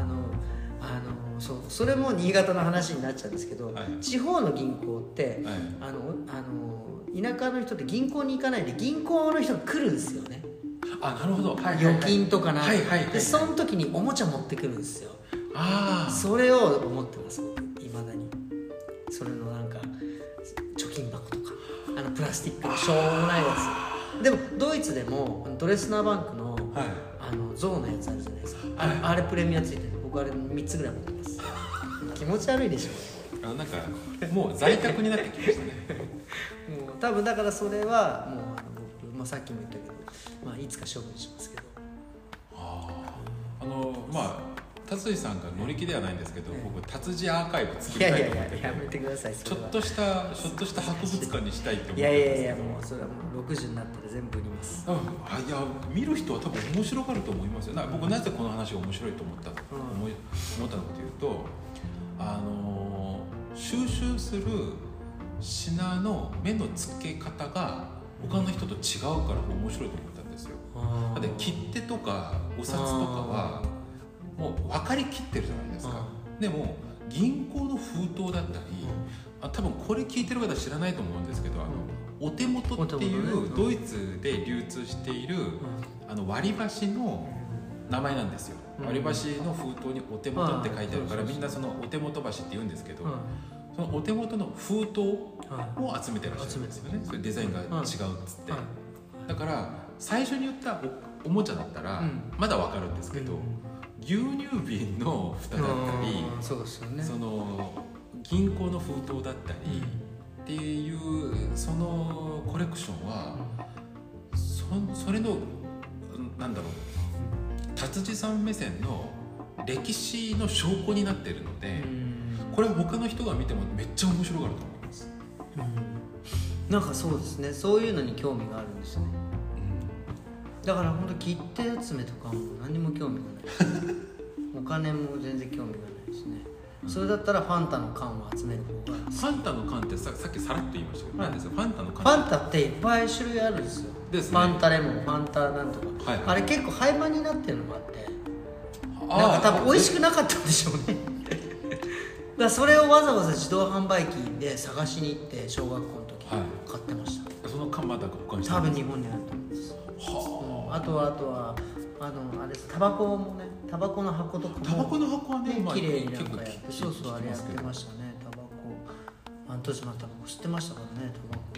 それも新潟の話になっちゃうんですけど、地方の銀行って、田舎の人って銀行に行かないで銀行の人が来るんですよね。 なるほど。 預金とかなでその時におもちゃ持ってくるんですよ。それを思ってますいまだに。それのなんか貯金箱とかプラスチックのしょうもないやつ。でもドイツでもドレスナーバンクの、 象のやつあるじゃないですか、あれプレミアついてる。僕あれ3つぐらい持ってます気持ち悪いでしょ。 なんかもう在宅になってきましたねもう多分だからそれはもう僕、さっきも言ったけど、いつか処分しますけど。 達治さんが乗り気ではないんですけど、僕達治アーカイブ作りたいと思ってて、 やめてください。 ちょっとした博物館にしたいって思ってます。 いやもうそれはもう60になったら全部売ります。 いや見る人は多分面白がると思いますよ。僕なぜこの話が面白いと思ったのかというと、収集する品の目の付け方が他の人と違うから面白いと思ったんですよ。で切手とかお札とかはもう分かりきってるじゃないですか。でも銀行の封筒だったり、多分これ聞いてる方知らないと思うんですけど、お手元っていうドイツで流通している割り箸の名前なんですよ。割り箸の封筒にお手元って書いてあるから、みんなそのお手元箸って言うんですけど、そのお手元の封筒を集めてらっしゃるんですよね。それデザインが違うっつって、だから最初に言ったおもちゃだったらまだ分かるんですけど、牛乳瓶の蓋だったり、 そうですよね、 その銀行の封筒だったりっていうそのコレクションは、それのなんだろう、達治さん目線の歴史の証拠になっているので、これは他の人が見てもめっちゃ面白がると思います。 なんかそうですね、そういうのに興味があるんですよね。だから本当切手集めとかも何も興味がないお金も全然興味がないですね。それだったらファンタの缶を集める方が。 ファンタの缶ってさっきさらっと言いましたけど、何ですかファンタの缶。 ファンタっていっぱい種類あるんですよ。ですね、ファンタレモン、ファンタなんとか、あれ結構廃盤になってるのがあって、なんか多分美味しくなかったんでしょうねだからそれをわざわざ自動販売機で探しに行って小学校の時買ってました。 その缶まだ他に多分日本にあると思うんです。あとはあれです、タバコもね、タバコの箱とかも、 タバコの箱はね、 綺麗になんかやって、そうあれやってましたね。タバコ、当時タバコ吸ってましたからね、タバコ。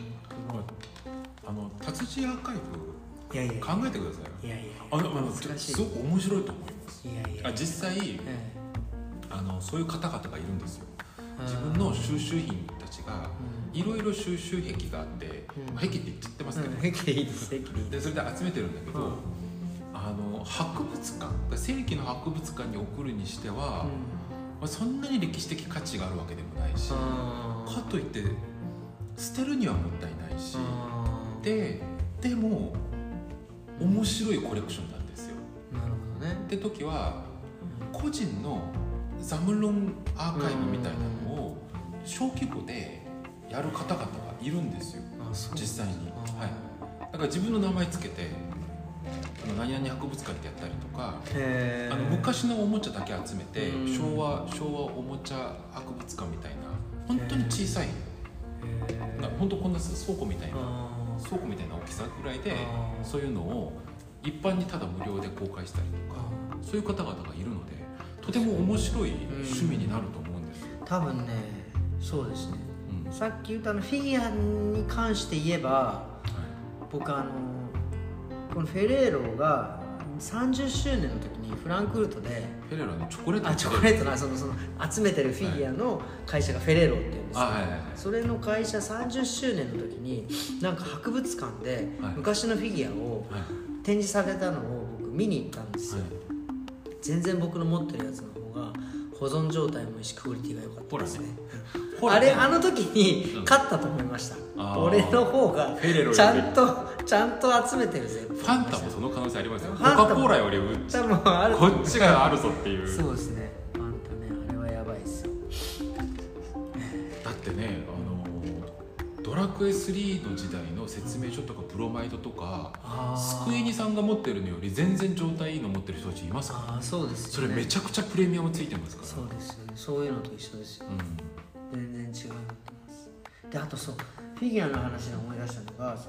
達治アーカイブ考えてください。すごく面白いと思います。実際、そういう方々がいるんですよ。自分の収集品たちがいろいろ収集癖があって、癖って言っちゃってますけど、 癖いいです。 でそれで集めてるんだけど、博物館、正規の博物館に送るにしては、そんなに歴史的価値があるわけでもないし、かといって捨てるにはもったいないし、でも面白いコレクションなんですよ。 なるほどね。 って時は個人のザムロンアーカイブみたいなのを小規模でやる方々がいるんですよ、実際に。だから自分の名前つけて何々博物館ってやったりとか、昔のおもちゃだけ集めて昭和おもちゃ博物館みたいな、本当に小さい、本当こんな倉庫みたいな大きさぐらいで、そういうのを一般にただ無料で公開したりとか、そういう方々がいるので、とても面白い趣味になると思うんですよ。 多分ね、そうですね、さっき言ったフィギュアに関して言えば、僕このフェレーロが30周年の時にフランクフルトで、 フェレーロのチョコレートのその集めてるフィギュアの会社がフェレーロっていうんですよ。それの会社30周年の時になんか博物館で昔のフィギュアを展示されたのを僕見に行ったんですよ。全然僕の持ってるやつの方が保存状態もいいしクオリティが良かったですね。あの時に勝ったと思いました。俺の方がちゃんと集めてるぜ。 ファンタもその可能性ありますよ。コカ・コーラよりこっちがあるぞっていう。 そうですね、ファンタね、あれはやばいですよ。 だってね、ドラクエ3の時代の説明書とかブロマイドとか、スクエニさんが持ってるのより全然状態いいの持ってる人たちいますから。 そうですよね。それめちゃくちゃプレミアムついてますから。 そうですよね、そういうのと一緒ですよ、全然違うなってます。で、あとフィギュアの話で思い出したのが、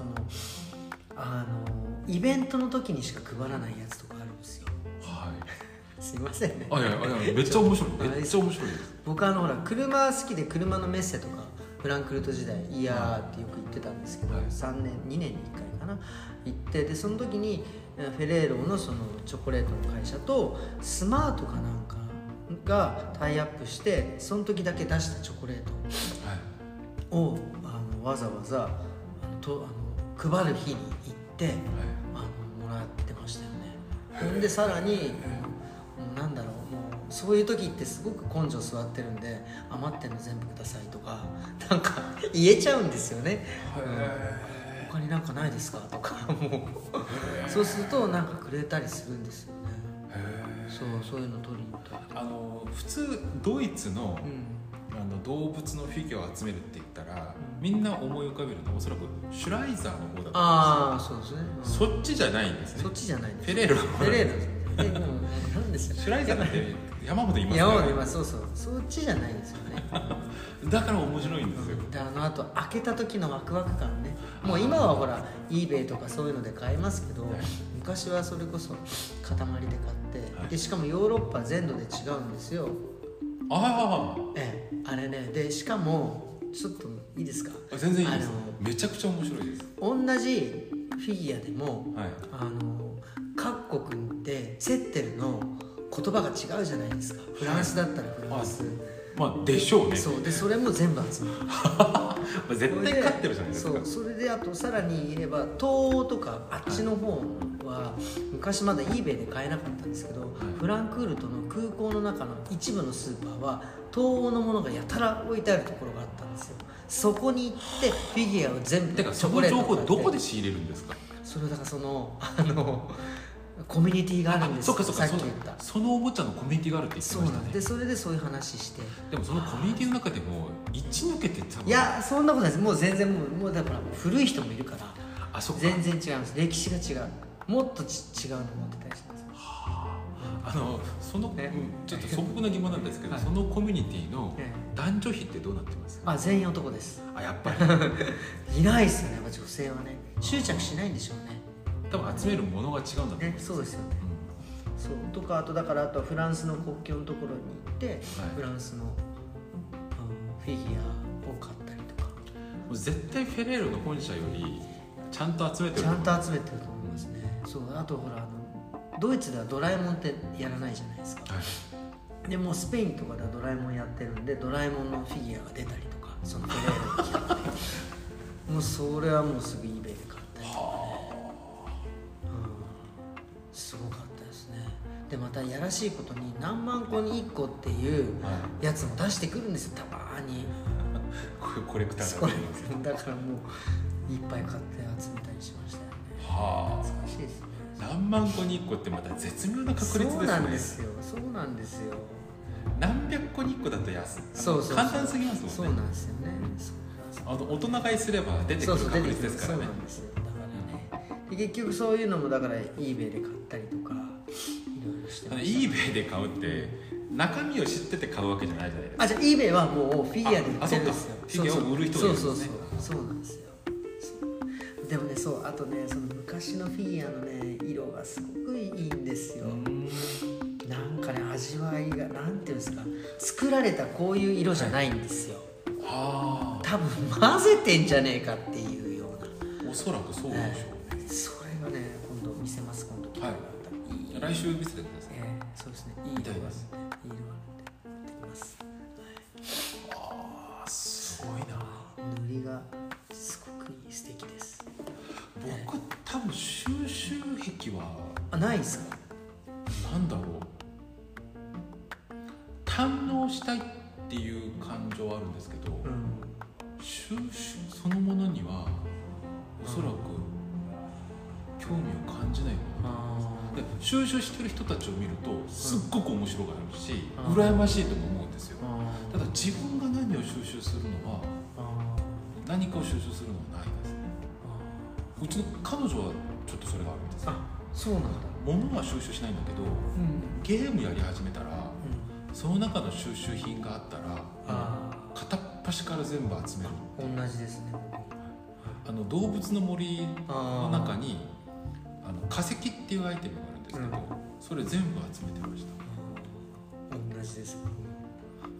イベントの時にしか配らないやつとかあるんですよ。すいませんね。 めっちゃ面白い。めっちゃ面白いです。 僕ほら車好きで、車のメッセとかプフランクフルト時代イヤーってよく言ってたんですけど、2年に1回かな行って、でその時にフェレーロのそのチョコレートの会社とスマートかなんかがタイアップして、その時だけ出したチョコレートを、わざわざ配る日に行って、もらってましたよね。でさらにもうなんだろう、そういう時ってすごく根性座ってるんで、余ってんの全部くださいとかなんか言えちゃうんですよね。他になんかないですかとかもうそうするとなんかくれたりするんですよね。そういうの取りに行ったり、 普通ドイツの、動物のフィギュアを集めるって言ったら、みんな思い浮かべるのはおそらくシュライザーの方だと思うんですよ。そっちじゃないんですね。 そっちじゃないんです。 フェレーロなんですよ。 シュライザーなんて山ほどいますからね。そうそっちじゃないんですよね。 だから面白いんですよ。 であと開けた時のワクワク感ね。もう今はほら eBay とかそういうので買えますけど、昔はそれこそ塊で買って、でしかもヨーロッパ全土で違うんですよ。あれね。でしかもちょっといいですか？ 全然いいです。めちゃくちゃ面白いです。 同じフィギュアでも、各国で競ってるの言葉が違うじゃないですか。フランスだったらフランス、 でしょうね。 そうで、それも全部集める絶対勝ってるじゃないですか。 それであとさらに言えば東欧とかあっちの方は、昔まだ eBay で買えなかったんですけど、フランクフルトの空港の中の一部のスーパーは東欧のものがやたら置いてあるところがあったんですよ。そこに行ってフィギュアを全部てかその情報どこで仕入れるんですか？ それだからそのコミュニティがあるんですよ。 さっき言ったそのおもちゃのコミュニティがあるって言ってましたね。 そうなんで、それでそういう話して、 でもそのコミュニティの中でも一抜けて多分、 いやそんなことないです。もう全然もうだから古い人もいるから、全然違います。歴史が違う、もっと違うの持ってたりします。 そのちょっと素朴な疑問なんですけど、そのコミュニティの男女比ってどうなってますか？ 全員男です。 やっぱりいないですよね。女性はね、執着しないんでしょうね。 多分集めるものが違うんだと思うんです。 そうですよね。そうとか、あとだから、あとはフランスの国境のところに行って、フランスのフィギュアを買ったりとか。 絶対フェレーロの本社よりちゃんと集めてる。 ちゃんと集めてると思いますね。そう、あとほらドイツではドラえもんってやらないじゃないですか。でもスペインとかではドラえもんやってるんで、ドラえもんのフィギュアが出たりとか、そのフェレーロの企画でもうそれはもうすぐ eBay で買ったりとかね。すごかったですね。でまたやらしいことに何万個に1個っていうやつも出してくるんですよ、たまに。 コレクターがだからもういっぱい買って集めたりしましたよね。懐かしいですね。 何万個に1個ってまた絶妙な確率ですね。 そうなんですよ。そうなんですよ。 何百個に1個だと安い。簡単すぎますもんね。 そうなんですよね。 大人買いすれば出てくる確率ですからね。 そうなんですよ。だからね、結局そういうのもだから eBay で買ったりとかいろいろしてました。 eBay で買うって中身を知ってて買うわけじゃないじゃないですか。 じゃあ eBay はもうフィギュアで売ってるんですよ。 フィギュアを売る人がいるんですね。 そうなんですよ。でもね、あとね、その昔のフィギュアのね色がすごくいいんですよ。なんかね、味わいがなんていうんですか、作られたこういう色じゃないんですよ。多分混ぜてんじゃねえかっていうような。 おそらくそうでしょうね。 それがね、今度見せます。今度機会があったら来週見せてください。 そうですね。いい色があるんで持ってきます。 すごいな。 塗りがすごく素敵です。 僕多分収集癖はないですか？ なんだろう、堪能したいっていう感情はあるんですけど、収集そのものにはおそらく興味を感じないで、収集してる人たちを見るとすっごく面白があるし、羨ましいとも思うんですよ。ただ自分が何を収集するのは、何かを収集するのはないですね。うちの彼女はちょっとそれがあるんですよ。 そうなんだ。 物は収集しないんだけど、ゲームやり始めたら、その中の収集品があったら片っ端から全部集める。 同じですね。 動物の森の中に化石っていうアイテムがあるんですけど、それ全部集めてました。 同じです。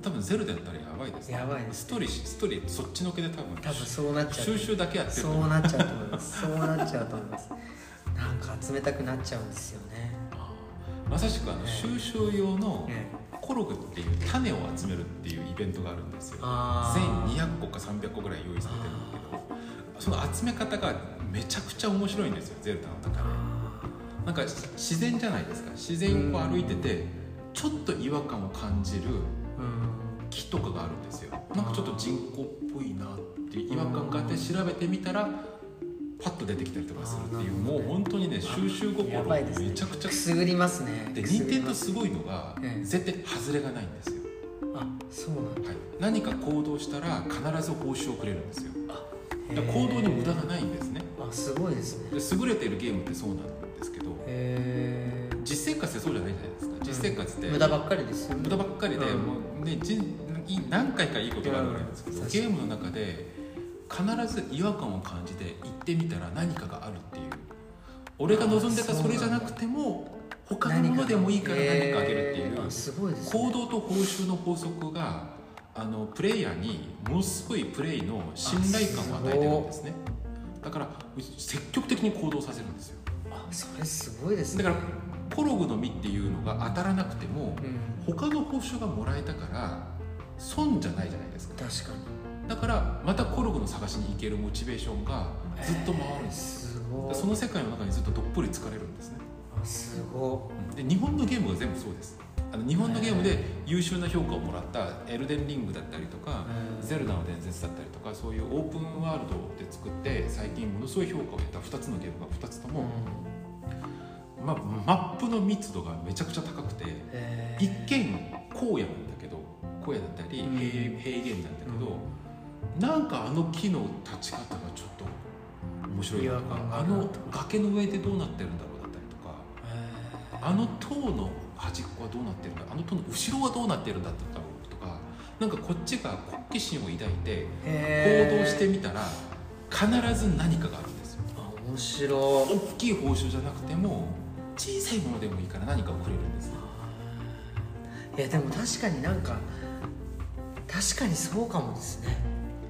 多分ゼルダやったらやばいですね。 やばいです、 ストーリーそっちのけで多分そうなっちゃう、 収集だけやってる、 そうなっちゃうと思いますそうなっちゃうと思います。なんか集めたくなっちゃうんですよね。 まさしく収集用のコログっていう種を集めるっていうイベントがあるんですよ。全200個か300個ぐらい用意されてるんだけど、その集め方がめちゃくちゃ面白いんですよ、ゼルダの中で。なんか自然じゃないですか。自然を歩いててちょっと違和感を感じる木とかがあるんですよ。なんかちょっと人工っぽいなっていう違和感があって、調べてみたらパッと出てきたりとかするっていう、もう本当にね、収集心めちゃくちゃくすぐりますね。 で、任天堂すごいのが、絶対外れがないんですよ。 そうなんだ、 何か行動したら必ず報酬をくれるんですよ。だから行動に無駄がないんですね。 すごいですね。 で、優れているゲームってそうなんですけど、実生活ってそうじゃないじゃないですか。実生活って無駄ばっかりですよね。 無駄ばっかりで、もうね、何回かいいことがあるわけなんですけど、ゲームの中で必ず違和感を感じて行ってみたら何かがあるっていう、俺が望んでたそれじゃなくても他のものでもいいから何かあげるっていう、 すごいですね、 行動と報酬の法則がプレイヤーにものすごいプレイの信頼感を与えてるんですね。だから積極的に行動させるんですよ。 それすごいですね。 だからコログの実っていうのが当たらなくても、他の報酬がもらえたから損じゃないじゃないですか。 確かに。 だからまたコルグの探しに行けるモチベーションがずっと回るんです。 すごい。 その世界の中にずっとどっぷり疲れるんですね。 すごい。 で、日本のゲームが全部そうです。日本のゲームで優秀な評価をもらったエルデンリングだったりとか、ゼルダの伝説だったりとか、そういうオープンワールドで作って最近ものすごい評価を得た2つのゲームが2つとも、マップの密度がめちゃくちゃ高くて、一見荒野なんだけど、荒野だったり平原なんだけど、なんか木の立ち方がちょっと面白いとか、崖の上でどうなってるんだろうだったりとか、塔の端っこはどうなってるんだ、塔の後ろはどうなってるんだったろうとか、なんかこっちが好奇心を抱いて行動してみたら必ず何かがあるんですよ。 面白い。 大きい報酬じゃなくても小さいものでもいいから何かをくれるんです。 いやでも確かに確かにそうかもですね。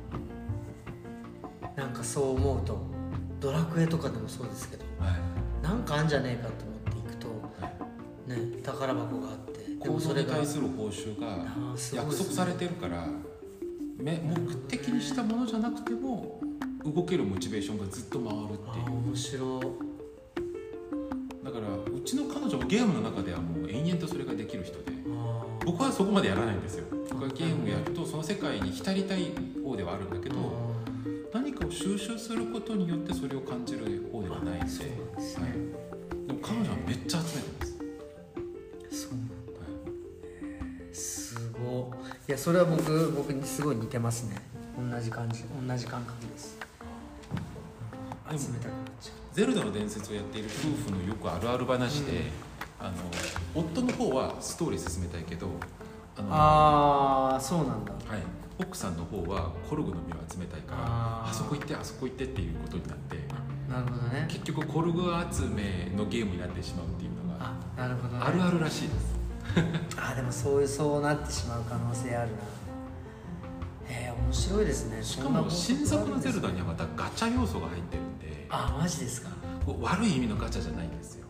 なんかそう思うと、ドラクエとかでもそうですけど、なんかあんじゃねえかと思っていくと、ね、宝箱があって、 でもそれに対する報酬が約束されてるから、目的にしたものじゃなくても動けるモチベーションがずっと回るっていう。 面白い。 だからうちの彼女もゲームの中ではもう延々とそれができる人で、僕はそこまでやらないんですよ。僕はゲームをやるとその世界に浸りたい方ではあるんだけど、何かを収集することによってそれを感じる方ではないので、でも彼女はめっちゃ集めてます。 そうなんだ、すごい。いや、それは僕にすごい似てますね。同じ感覚です。集めたくなっちゃう。 ゼルダの伝説をやっている夫婦のよくあるある話で、夫の方はストーリー進めたいけど、そうなんだ。 奥さんの方はコルグの実を集めたいから、あそこ行ってあそこ行ってっていうことになって、 なるほどね。 結局コルグ集めのゲームになってしまうっていうのがなるほど、ね、 あるあるらしいですでもそうなってしまう可能性あるな。面白いですね。 しかも新作のゼルダにはまたガチャ要素が入ってるんで。 マジですか。 悪い意味のガチャじゃないんですよ。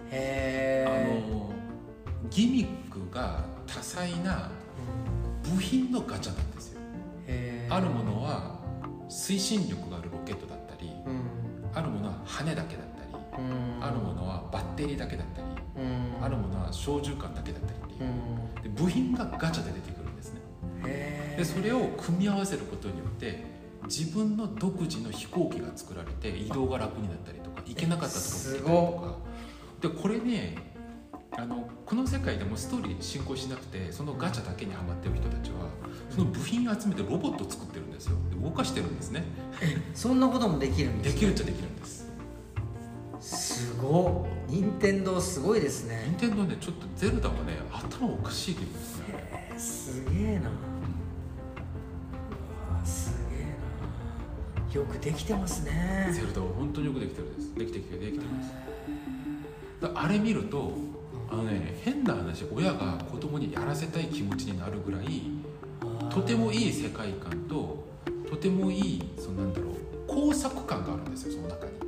ギミックが多彩な部品のガチャなんですよ。あるものは推進力があるロケットだったり、あるものは羽だけだったり、あるものはバッテリーだけだったり、あるものは操縦桿だけだったりっていう、で部品がガチャで出てくるんですね。でそれを組み合わせることによって自分の独自の飛行機が作られて移動が楽になったりとか、行けなかったところに行けたりとかで、これね、この世界でもストーリー進行しなくてそのガチャだけにハマってる人たちはその部品を集めてロボットを作ってるんですよ。で動かしてるんですね。 そんなこともできるんですか。 できるっちゃできるんです。 すごい。任天堂すごいですね。 任天堂ね、ちょっとゼルダはね、頭おかしいゲームですね。 すげえな。すげえな。よくできてますね。 ゼルダは本当によくできてるんです。できてます。あれ見ると変な話、親が子供にやらせたい気持ちになるぐらいとてもいい世界観ととてもいいなんだろう工作感があるんですよ、その中に。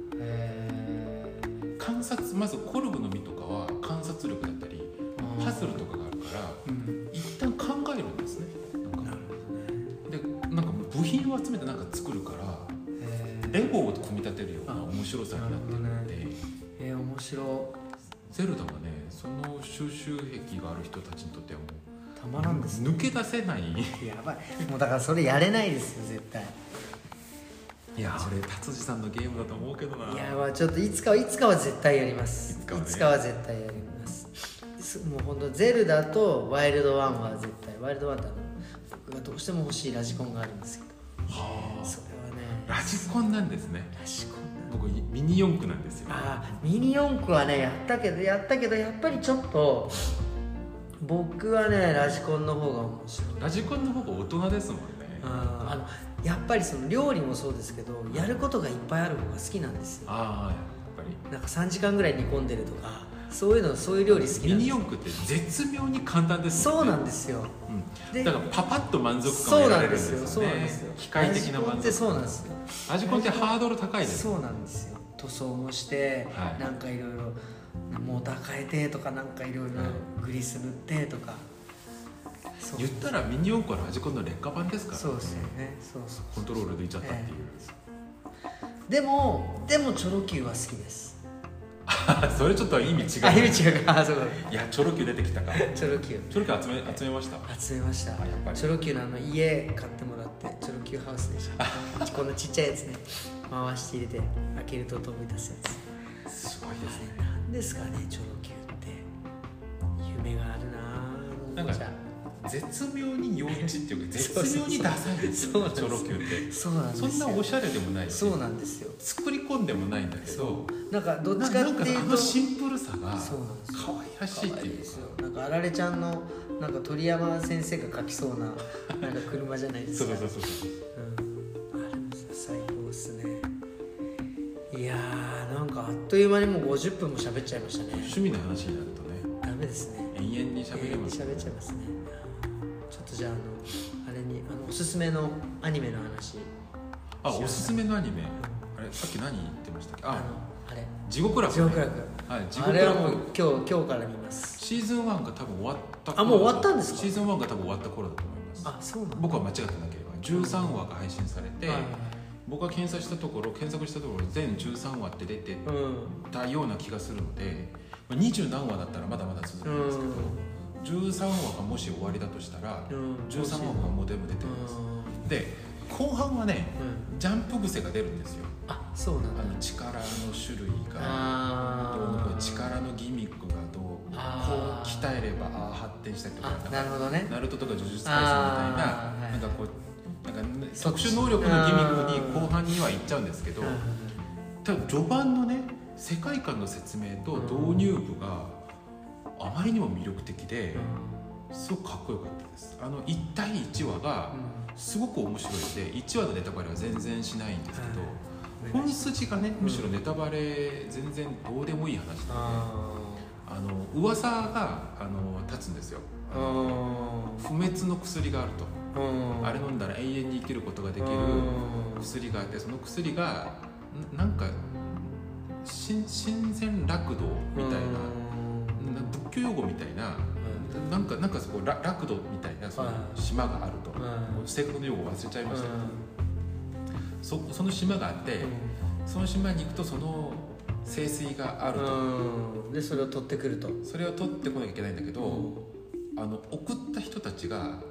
観察、まずコルグの実とかは観察力だったりパズルとかがあるから、一旦考えるんですね。でなんか部品を集めてなんか作るからレゴを組み立てるような面白さになってるので、 面白ゼルダはね、その収集癖がある人たちにとってはもうたまらんですね。 抜け出せない。 やばい、もうだからそれやれないですよ絶対。 いや俺達治さんのゲームだと思うけどな。 いやまあちょっといつかは絶対やります。いつかは絶対やります。もうほんとゼルダとワイルド1は絶対。ワイルド1って僕がどうしても欲しいラジコンがあるんですけど、それはねラジコンなんですね。 ラジコン僕ミニ四駆なんですよ。 ミニ四駆はねやったけどやっぱりちょっと僕はねラジコンの方が面白い。 ラジコンの方が大人ですもんね。 やっぱりその料理もそうですけど、やることがいっぱいある方が好きなんですよ。 やっぱりなんか3時間ぐらい煮込んでるとか、そういう料理好きなんです。 ミニ四駆って絶妙に簡単ですもんね。 そうなんですよ、 だからパパッと満足感を得られるんですよね。 そうなんですよ。 機械的な満足感ってそうなんですよ。 ラジコンってハードル高いです。 そうなんですよ。塗装もして、なんかいろいろモーター変えてとか、なんかいろいろグリス塗ってとか、 言ったらミニ四駆はラジコンの劣化版ですからね。 そうですよね。そうコントロールでいっちゃったっていう、 でもチョロ Q は好きです。 それちょっと意味違う。 意味違うか。そういやチョロ Q 出てきたか。 チョロ Q 集めました。 集めました。チョロ Q の家買ってもらって、チョロ Q ハウスでしたこんなちっちゃいやつね、回して入れて開けると飛び出すやつ。すごいですね。 なんですかね、チョロ Q って夢があるな。 なんか絶妙に幼稚っていうか絶妙にダサいですよね、チョロ Q って。 そうなんですよ。 そんなおしゃれでもないし、 そうなんですよ。 作り込んでもないんだけど、 なんかどっちかっていうとシンプルさが可愛らしいっていうか、 なんかあられちゃんのなんか鳥山先生が描きそうななんか車じゃないですか。 そう、 あれも最高ですね。いやー、なんかあっという間にもう50分も喋っちゃいましたね。 趣味の話になるとねダメですね。 延々に喋れますね。 喋っちゃいますね。ちょっとじゃああれにおすすめのアニメの話。 おすすめのアニメ、あれさっき何言ってましたっけ。 あれ地獄楽。 地獄楽。あれはもう今日から見ます。 シーズン1が多分終わった頃。もう終わったんですか。 シーズン1が多分終わった頃だと思います。 そうなんだ。 僕は間違ってなければ13話が配信されて、僕が検索したところ全13話って出てたような気がするので、20何話だったらまだまだ続くんですけど、13話がもし終わりだとしたら13話がもう全部出てます。で後半はね、ジャンプ癖が出るんですよ。 そうなんだ。 力の種類がどうのこう、力のギミックがどうこう鍛えれば発展したりとか、 なるほどね。 ナルトとか呪術廻戦みたいな、なんかこうなんか特殊能力のギミックに後半にはいっちゃうんですけど、ただ序盤のね世界観の説明と導入部があまりにも魅力的で、すごくかっこよかったです。1対1話がすごく面白いので、1話のネタバレは全然しないんですけど、本筋がねむしろネタバレ全然どうでもいい話なので、噂が立つんですよ。不滅の薬があると、あれ飲んだら永遠に生きることができる薬があって、その薬がなんか親善楽道みたいな、仏教用語みたいな、なんかそこ楽土みたいなその島があると、もう正確な用語忘れちゃいましたけど、その島があって、その島に行くとその聖水があると、 でそれを取ってくると、 それを取ってこなきゃいけないんだけど、送った人たち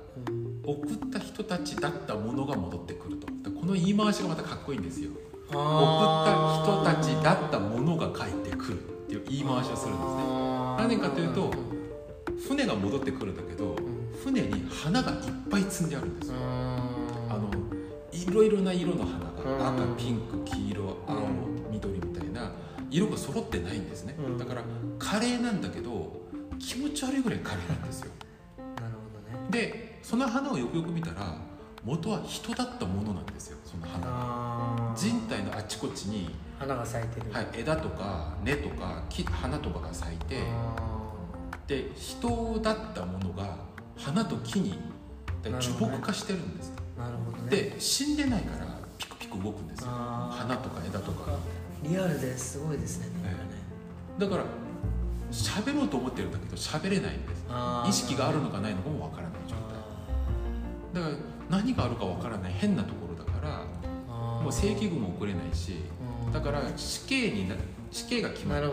だったものが戻ってくると。この言い回しがまたかっこいいんですよ。送った人たちだったものが帰ってくるっていう言い回しをするんですね。なぜかというと、船が戻ってくるんだけど、船に花がいっぱい積んであるんですよ。いろいろな色の花が、赤、ピンク、黄色、青、緑みたいな色が揃ってないんですね。だからカレーなんだけど気持ち悪いぐらいカレーなんですよ。 なるほどね。 でその花をよくよく見たら元は人だったものなんですよ。その花人体のあちこちに花が咲いてる、 枝とか根とか花とかが咲いて、で人だったものが花と木にで樹木化してるんです。 なるほどね。 で死んでないからピクピク動くんですよ。花とか枝とかリアルですごいですね。 だから喋ろうと思ってるんだけど喋れないんです。意識があるのかないのかもわからない状態だから何があるかわからない変なところだからもう正規軍も送れないし、だから死刑が決まった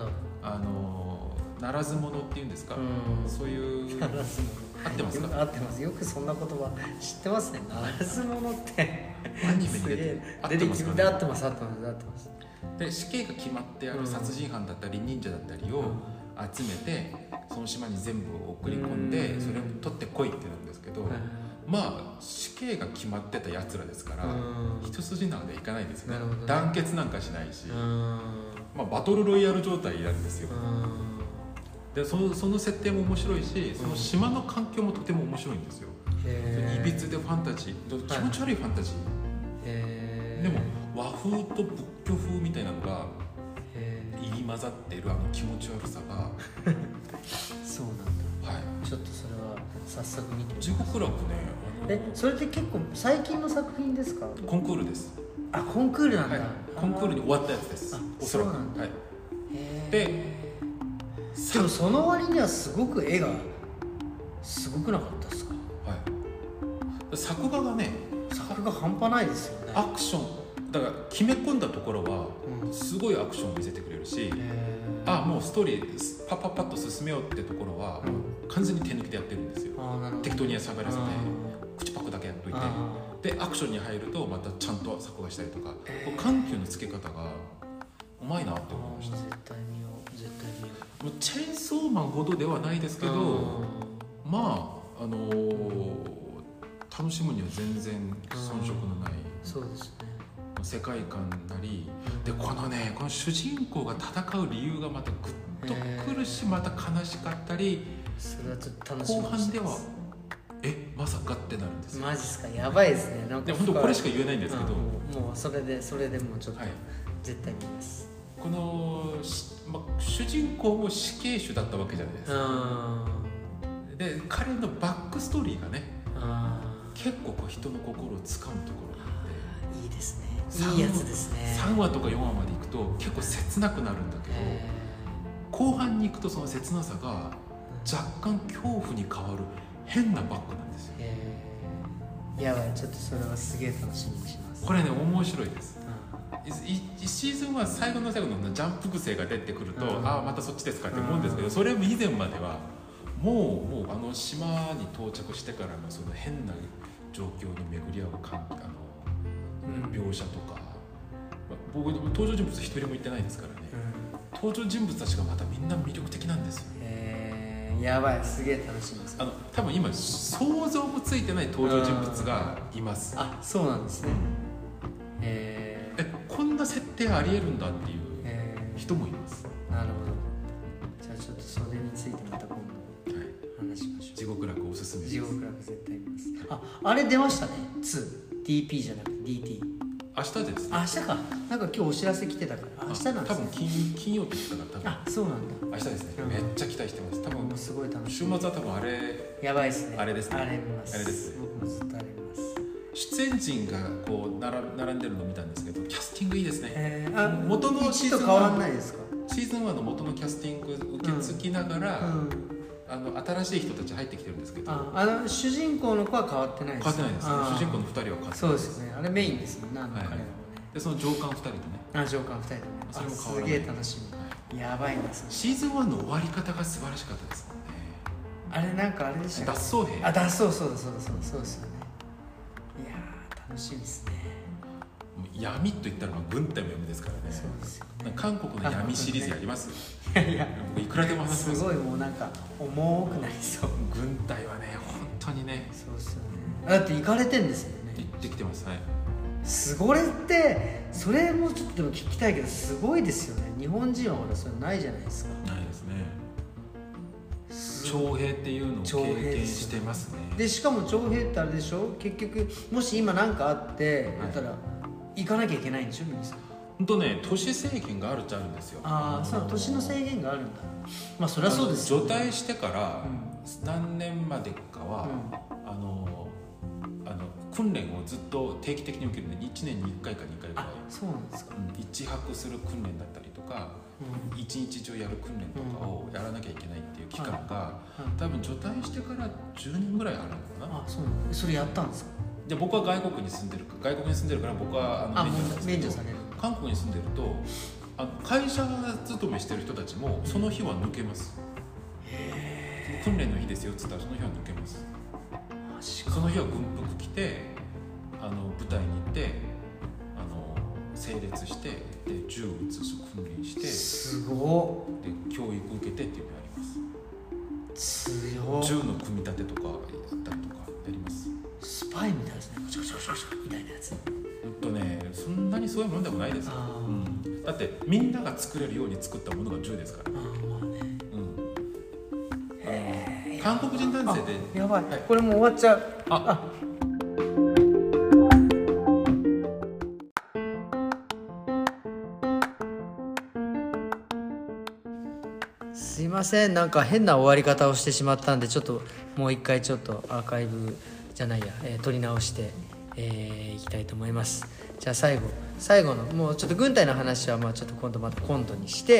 ならず者っていうんですか、そういうならず者合ってますか？ 合ってます。よくそんな言葉知ってますね。ならず者ってアニメに出てますかね？ 合ってます。 で死刑が決まってある殺人犯だったり忍者だったりを集めてその島に全部送り込んでそれを取ってこいってなんですけど、まあ死刑が決まってたやつらですから一筋縄でいかないですね。団結なんかしないし、まあ、バトルロイヤル状態なんですよ。でその設定も面白いしその島の環境もとても面白いんですよ。いびつでファンタジー気持ち悪いファンタジー、でも和風と仏教風みたいなのが入り混ざっている気持ち悪さがそうなんだ、はい、ちょっとそれは早速見てみます。 地獄楽ね。 それって結構最近の作品ですか？ コンクールです。 コンクールなんだ、 コンクールに終わったやつです。おそらく。はい、でもその割にはすごく絵がすごくなかったですか？ はい、作画がね作画半端ないですよね。 アクションだから決め込んだところはすごいアクションを見せてくれるし、もうストーリーパッと進めようってところは完全に手抜きでやってるんですよ。適当に喋らせて口パクだけやっといてでアクションに入るとまたちゃんと作画したりとか、緩急のつけ方がうまいなって思いました。 絶対見よう。 もうチェーンソーマンほどではないですけど、まあ楽しむには全然遜色のない、 そうですね、 世界観なりでこの主人公が戦う理由がまたグッとくるし、また悲しかったり、 それはちょっと楽しみ後半ではまさかってなるんですよ。 マジっすか？やばいですね。なんか本当これしか言えないんですけど、 もうそれでもうちょっと絶対見ます。 この主人公も死刑囚だったわけじゃないですか。で彼のバックストーリーがね結構人の心をつかむところがあっていいですね。いいやつですね。3話とか4話までいくと結構切なくなるんだけど、後半に行くとその切なさが若干恐怖に変わる変なバックなんですよ。 やばい、ちょっとそれはすげえ楽しみにします。 これね面白いです。シーズンは最後の最後のジャンプ癖が出てくると、またそっちですかって思うんですけど、それ以前まではもう島に到着してからのその変な状況に巡り合う描写とか、僕登場人物一人も言ってないですからね、登場人物たちがまたみんな魅力的なんですよ。 やばい、すげえ楽しみです。 多分今想像もついてない登場人物がいます。 そうなんですね。 こんな設定ありえるんだっていう人もいます。 なるほど。じゃあちょっとそれについてまた今度話しましょう。 地獄楽おすすめです。 地獄楽絶対見ます。あれ出ましたね。2DP じゃなくて DT。 明日です。 明日か。なんか今日お知らせ来てたから明日なんですね。 多分金曜日って言ったから多分。 そうなんだ。 明日ですね。めっちゃ期待してます。多分すごい楽しみ。 週末は多分あれやばいですね。 あれですね。 あれ見ます。 あれです。 僕もずっとあれ見ます。 出演陣が並んでるのを見たんですけど、キャスティングいいですね。 元のシーズン1と変わらないですか？ シーズン1の元のキャスティング受け継ぎながら、新しい人たち入ってきてるんですけど、 主人公の子は変わってないです。 変わってないですね。主人公の2人は変わってない。 そうですね。あれメインですもんね。彼らはね。 でその上官2人とね。 上官2人とね。 それも変わらない。 すげえ楽しみ。やばいんです。 シーズン1の終わり方が素晴らしかったですもんね。 あれなんかあれでしたっけ？ 脱走兵。 脱走そうですよね。いやー楽しみですね。 闇と言ったら軍隊も闇ですからね。 そうですよね。 韓国の闇シリーズやります？ いやいくらでも話せます。 すごいもうなんか重くなりそう。 軍隊はね本当にね。 そうですよね。だって行かれてんですよね。 行ってきてます。はい。 すごれってそれもちょっとでも聞きたいけどすごいですよね。日本人はほらそれないじゃないですか。 ないですね。徴兵っていうのを経験してますね。 でしかも徴兵ってあれでしょ、結局もし今何かあってやったら行かなきゃいけないんでしょ、皆さん。 本当ね、年制限があるっちゃあるんですよ。 そう、年の制限があるんだ。まあそりゃそうですよ、ね、 除隊してから何年までかは、訓練をずっと定期的に受けるので1年に1回か2回ぐらい。 そうなんですか。 一泊する訓練だったりとか、一日中やる訓練とかをやらなきゃいけないっていう期間が、多分除隊してから10年ぐらいあるのかな。 そうなん。それやったんですか。 で、僕は外国に住んでるから僕は免除される。 韓国に住んでると会社勤めしてる人たちもその日は抜けます。訓練の日ですよっつったらその日は抜けます。その日は軍服着て部隊に行って整列してで銃を撃つ訓練して、 すごっで教育受けてっていうのやります。 強い。 銃の組み立てとかやったりとかやります。 スパイみたいですね。コチコチコチコチみたいなやつ。 そんなにそういうもんでもないですよ。だってみんなが作れるように作ったものが銃ですから。韓国人男性でやばい、これもう終わっちゃう。すいません、なんか変な終わり方をしてしまったんで、ちょっともう一回ちょっとアーカイブじゃないや、撮り直していきたいと思います。じゃあ最後のもうちょっと軍隊の話はちょっと今度にして、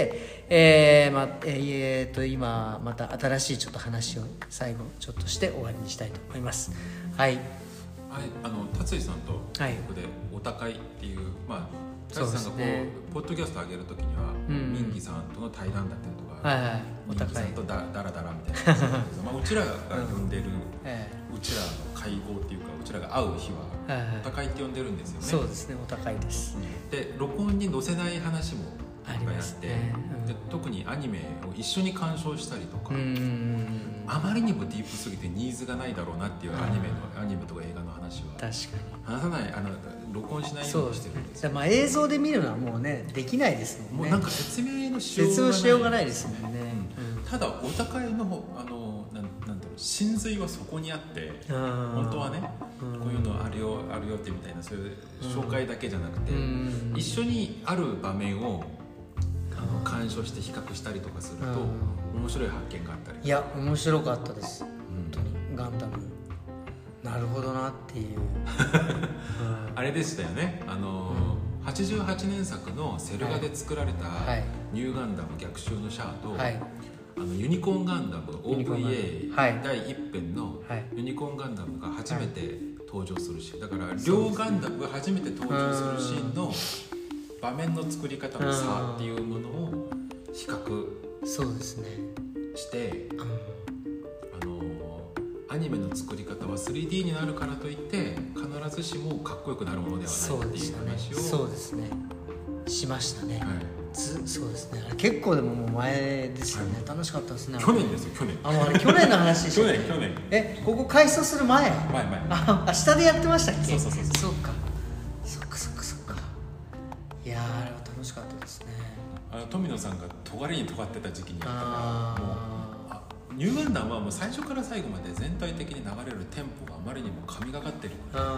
今また新しいちょっと話を最後ちょっとして終わりにしたいと思います。はい。 達井さんとここでお高いっていう、達井さんがポッドキャスト上げるときには、ミンギさんとの対談だったりとか、ミンギさんとダラダラみたいなうちらが呼んでる、うちらの会合っていうか、うちらが会う日はお高いって呼んでるんですよね。 そうですね、お高いです。 で、録音に載せない話もいっぱいあって、で特にアニメを一緒に鑑賞したりとか、あまりにもディープすぎてニーズがないだろうなっていうアニメとか映画の話は確かに話さない、録音しないようにしてるんですよ。 映像で見るのはもうね、できないですもんね。 もうなんか説明のしようがないですもんね。 ただお高いのなんだろう、真髄はそこにあって、本当はね、こういうのあるよってみたいな、そういう紹介だけじゃなくて、一緒にある場面を鑑賞して比較したりとかすると面白い発見があったり。 いや、面白かったです、本当に。ガンダムなるほどなっていうあれでしたよね、88年作のセル画で作られたニューガンダム逆襲のシャアと、ユニコーンガンダム OVA 第1編のユニコーンガンダムが初めて登場するシーンだから、両ガンダムが初めて登場するシーンの場面の作り方の差っていうものを比較して、アニメの作り方は 3D になるからといって必ずしもかっこよくなるものではないっていう話をそうですねしましたね。そうですね。結構でももう前ですよね。楽しかったですね。 去年ですよ、去年。 去年の話でした。 去年。 ここ改装する前。下でやってましたっけ。 そうか。そっか。いやあれは楽しかったですね。 富野さんが尖りに尖ってた時期にやったから、もうニューガンダムはもう最初から最後まで全体的に流れるテンポがあまりにも神がかってる。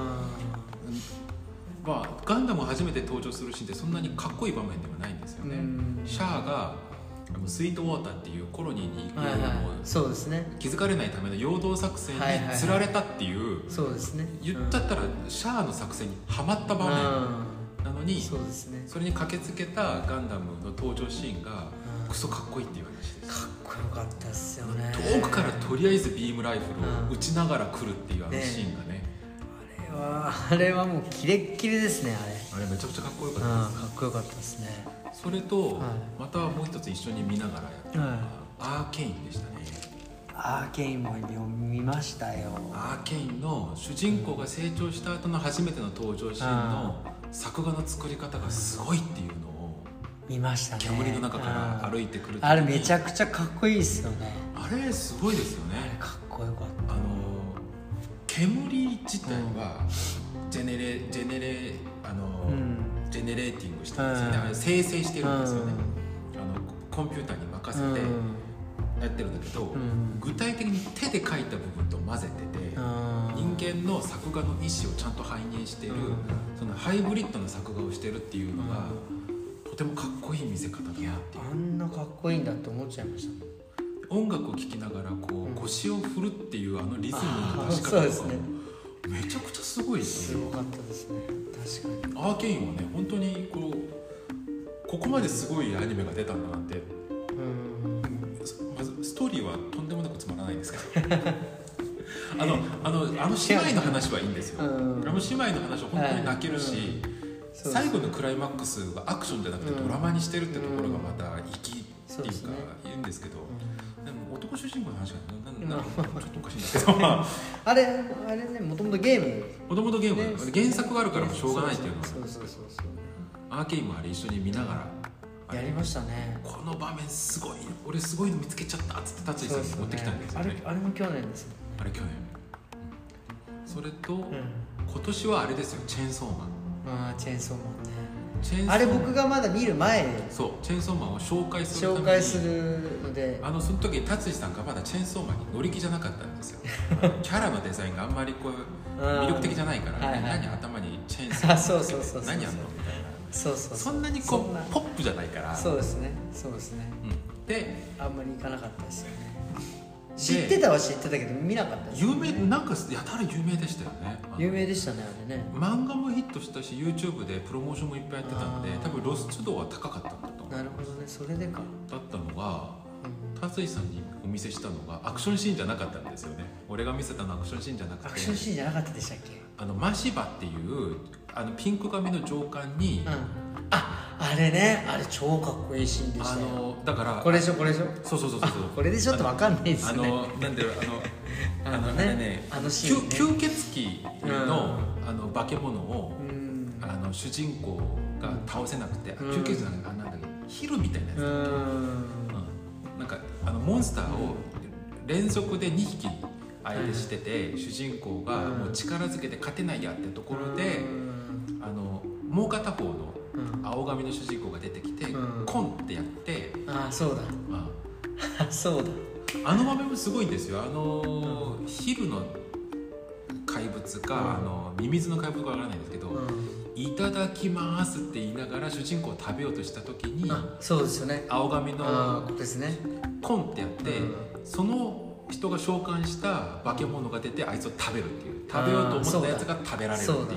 ガンダム初めて登場するシーンってそんなにかっこいい場面ではないんですよね。シャアがスイートウォーターっていうコロニーに行くよりも、 そうですね、 気づかれないための陽動作戦に釣られたっていう、 そうですね、 言ったったらシャアの作戦にはまった場面なのに、 そうですね、 それに駆けつけたガンダムの登場シーンがクソかっこいいっていう話です。 かっこよかったですよね。 遠くからとりあえずビームライフルを撃ちながら来るっていうシーンがね、 あれはもうキレッキレですね。 あれめちゃくちゃかっこよかったです。 かっこよかったですね。 それと、またもう一つ一緒に見ながらやったのが、アーケインでしたね。 アーケインも見ましたよ。 アーケインの主人公が成長した後の初めての登場シーンの作画の作り方がすごいっていうのを見ましたね。 煙の中から歩いてくる時に、 あれめちゃくちゃかっこいいですよね。 あれすごいですよね。 あれかっこよかった。 煙自体はジェネレーティングしてるんですよね。あれ生成してるんですよね。コンピューターに任せてやってるんだけど、具体的に手で描いた部分と混ぜてて人間の作画の意思をちゃんと反映している、そのハイブリッドな作画をしてるっていうのが、とてもかっこいい見せ方だなっていう。 あんなかっこいいんだって思っちゃいました。 音楽を聴きながらこう、腰を振るっていうあのリズムの出し方とか、 そうですね、 めちゃくちゃすごいですすごかったですね。確かにアーケインはね、本当にここまですごいアニメが出たんだなって。まずストーリーはとんでもなくつまらないんですけどあの姉妹の話はいいんですよ。あの姉妹の話は本当に泣けるし、最後のクライマックスがアクションじゃなくてドラマにしてるってところがまた粋っていうかいいんですけど、でも男主人公の話がちょっとおかしいんですけどあれね、もともとゲーム、 原作があるからもしょうがないっていうのは、 そうアーケインもあれ一緒に見ながらやりましたね。 この場面すごい、俺すごいの見つけちゃったっつって達井さんに持ってきたんですよね。 あれも去年ですもんね。 あれ去年。それと、今年はあれですよ、チェーンソーマン。 チェーンソーマンね。あれ僕がまだ見る前、 そうチェーンソーマンを紹介するので、その時に達井さんがまだチェーンソーマンに乗り気じゃなかったんですよキャラのデザインがあんまりこう魅力的じゃないから、何頭にチェーンソーマンそう何やんのみたいな。そんなにこうポップじゃないから。 そうですね、 であんまりいかなかったですよね。知ってたけど見なかったですね。 なんかやたら有名でしたよね。 有名でしたね、あれね。 漫画もヒットしたし YouTube でプロモーションもいっぱいやってたんで、多分露出度は高かったんだと思う。 なるほどね、それでか。 だったのが達井さんにお見せしたのがアクションシーンじゃなかったんですよね。俺が見せたのはアクションシーンじゃなくて、 アクションシーンじゃなかったでしたっけ。 マシバっていうピンク髪の上官に、 あれね、あれ超かっこいいシーンでしたよ。 だからこれでしょそうこれでしょって分かんないですね。 なんでシーンね、 吸血鬼の化け物を主人公が倒せなくて、吸血鬼なんだけどヒルみたいなやつだっけ、なんかモンスターを連続で2匹相手してて、主人公がもう力づけて勝てないやってところで、もう片方の青髪の主人公が出てきて、コンってやって、 そうだそうだ、 あの場面もすごいんですよ。ヒルの怪物か、ミミズの怪物かわからないんですけど、いただきますって言いながら主人公を食べようとした時に、 そうですよね、 青髪のですね、 コンってやって、その人が召喚した化け物が出てあいつを食べるっていう、食べようと思ったやつが食べられるっていう、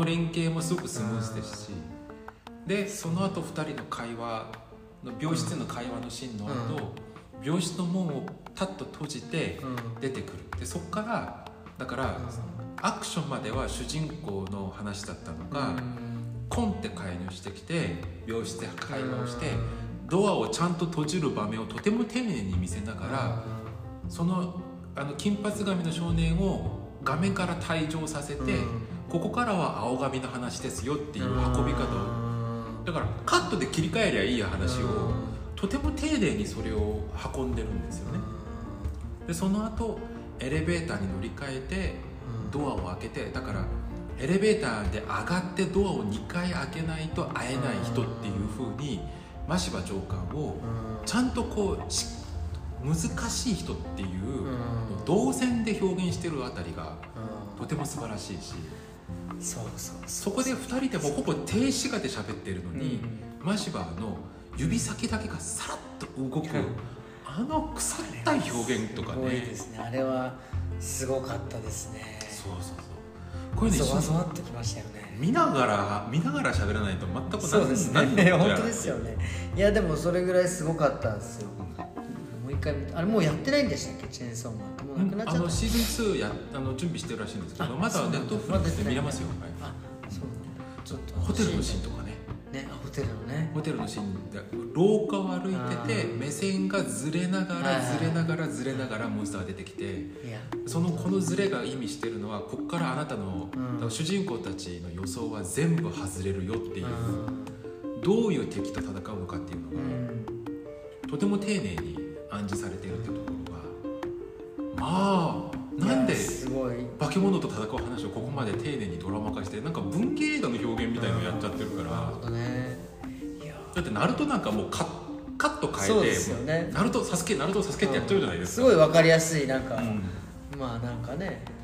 連携もすごくスムーズですし、でその後2人の会話の病室の会話のシーンの後、病室の門をタッと閉じて出てくる。でそこからだからアクションまでは主人公の話だったのが、コンって介入してきて病室で会話をして、ドアをちゃんと閉じる場面をとても丁寧に見せながら、その金髪髪の少年を画面から退場させて、ここからは青髪の話ですよっていう運び方を、だからカットで切り替えりゃいい話をとても丁寧にそれを運んでるんですよね。でその後エレベーターに乗り換えてドアを開けて、だからエレベーターで上がってドアを2回開けないと会えない人っていう風に真柴上官をちゃんとこう難しい人っていう動線で表現してるあたりがとても素晴らしいし、そこで2人でもほぼ停止画で喋ってるのに、真柴の指先だけがさらっと動く腐った表現とかね、すごいですね。あれはすごかったですね。 こういうの一緒にゾワゾワっときましたよね。 見ながら喋らないと全くそうですね、本当ですよね。いやでもそれぐらいすごかったんですよ。もう一回見て、あれもうやってないんでしたっけ、チェーンソーマンって。もうなくなっちゃった。 シーズン2準備してるらしいんですけど、まだネットフリックスで見れますよ。 ちょっとホテルのシーンとかね、 ホテルのシーンで廊下を歩いてて、目線がずれながらモンスターが出てきて、このズレが意味してるのは、ここからあなたの、主人公たちの予想は全部外れるよっていう、どういう敵と戦うのかっていうのが、とても丁寧に暗示されているっていうところが、なんで化け物と戦う話をここまで丁寧にドラマ化して、なんか文芸映画の表現みたいのをやっちゃってるから、だってナルトなんかもうカット変えて、ナルトサスケってやっちゃうじゃないですか。 すごい分かりやすい、なんか、なんかね、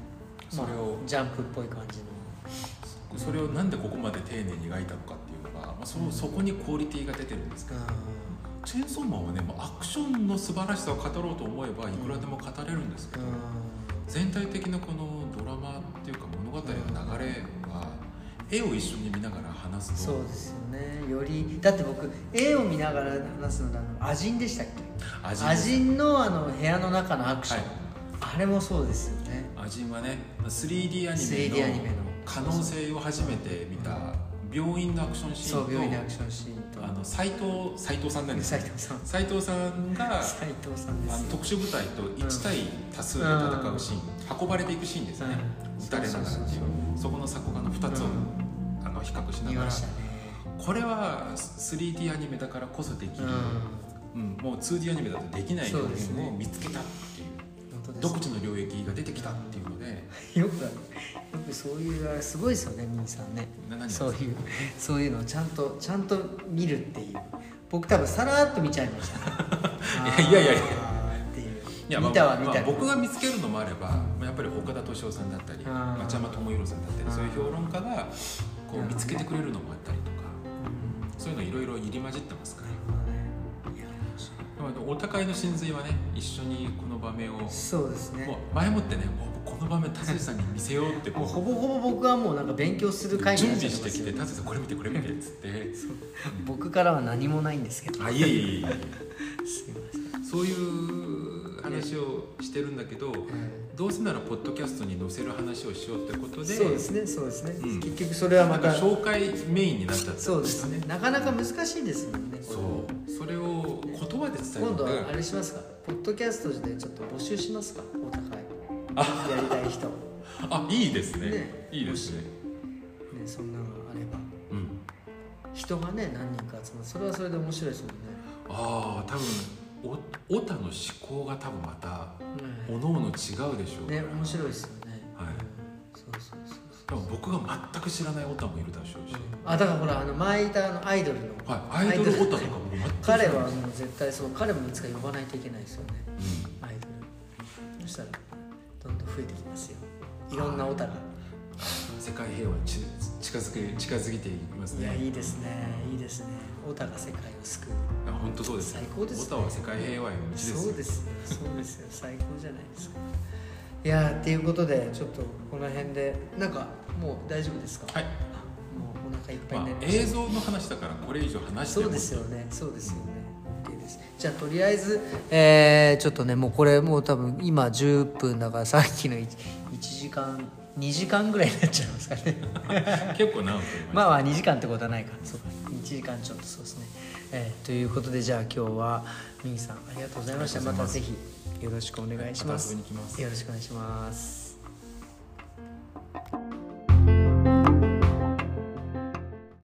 それを、 ジャンプっぽい感じのそれをなんでここまで丁寧に描いたのかっていうのが、そこにクオリティが出てるんですけど、チェーンソーマンはね、アクションの素晴らしさを語ろうと思えばいくらでも語れるんですけど、全体的なこのドラマっていうか物語の流れは絵を一緒に見ながら話すと、 そうですよね。よりだって僕絵を見ながら話すのがアジンでしたっけ？アジンの部屋の中のアクション、あれもそうですよね。 アジンはね 3D アニメの可能性を初めて見た病院のアクションシーンと、 病院のアクションシーンと斉藤さんなんですよ。斉藤さんが特殊部隊と1対多数で戦うシーン、運ばれていくシーンですね、撃たれながらっていう、そこの作画の2つを比較しながら、これは 3D アニメだからこそできる、もう 2D アニメだとできない表現を見つけたっていう、独自の領域が出てきたっていうので、 よくそういうすごいですよね、ミンさんね。そういうのをちゃんと見るっていう。僕多分さらっと見ちゃいましたね。 いやっていう。 見た僕が見つけるのもあれば、やっぱり岡田敏夫さんだったり町山智博さんだったり、そういう評論家がこう見つけてくれるのもあったりとか、そういうのいろいろ入り混じってますから。お互いの真髄はね、一緒にこの場面を、 そうですね、 もう前もってね、この場面達治さんに見せようってこうほぼ僕はもうなんか勉強する会に準備してきて、達治さんこれ見てこれ見てっつって僕からは何もないんですけど、 いえすいません、 そういう話をしてるんだけど、どうせならポッドキャストに載せる話をしようってことで、 そうですね、結局それはまた紹介メインになっちゃった。 そうですね、なかなか難しいですもんね。 それを言葉で伝える。 今度はあれしますか、ポッドキャストでちょっと募集しますか、お互いやりたい人。 いいですね。いいですね。 そんなのがあれば、人がね何人か集まる、それはそれで面白いですもんね。 多分オタの思考が多分またおのおの違うでしょうね。 面白いですよね。 多分僕が全く知らないオタもいるでしょうし、 だからほら前いたアイドルの、 アイドルオタとか僕全く彼はもう絶対彼もいつか呼ばないといけないですよね、アイドル。そしたらどんどん増えてきますよ、いろんなオタが。 世界平和に近づいていきますね。 いいですね、いいですね。オタが世界を救う。 本当そうです。 最高ですね。 オタは世界平和への道ですよ。 そうですよ、最高じゃないですか。いやっていうことで、ちょっとこの辺でなんかもう大丈夫ですか？ はい。 もうお腹いっぱいになりました。 映像の話だからこれ以上話しても。 そうですよね。OK です。じゃあとりあえず、ちょっとね、もうこれもう多分今10分だから、さっきの1時間2時間ぐらいになっちゃいますかね。 結構長く 2時間ってことはないか。そうか、1時間ちょっと、そうですね。ということで、じゃあ今日はミンさんありがとうございました。またぜひよろしくお願いします。よろしくお願いします。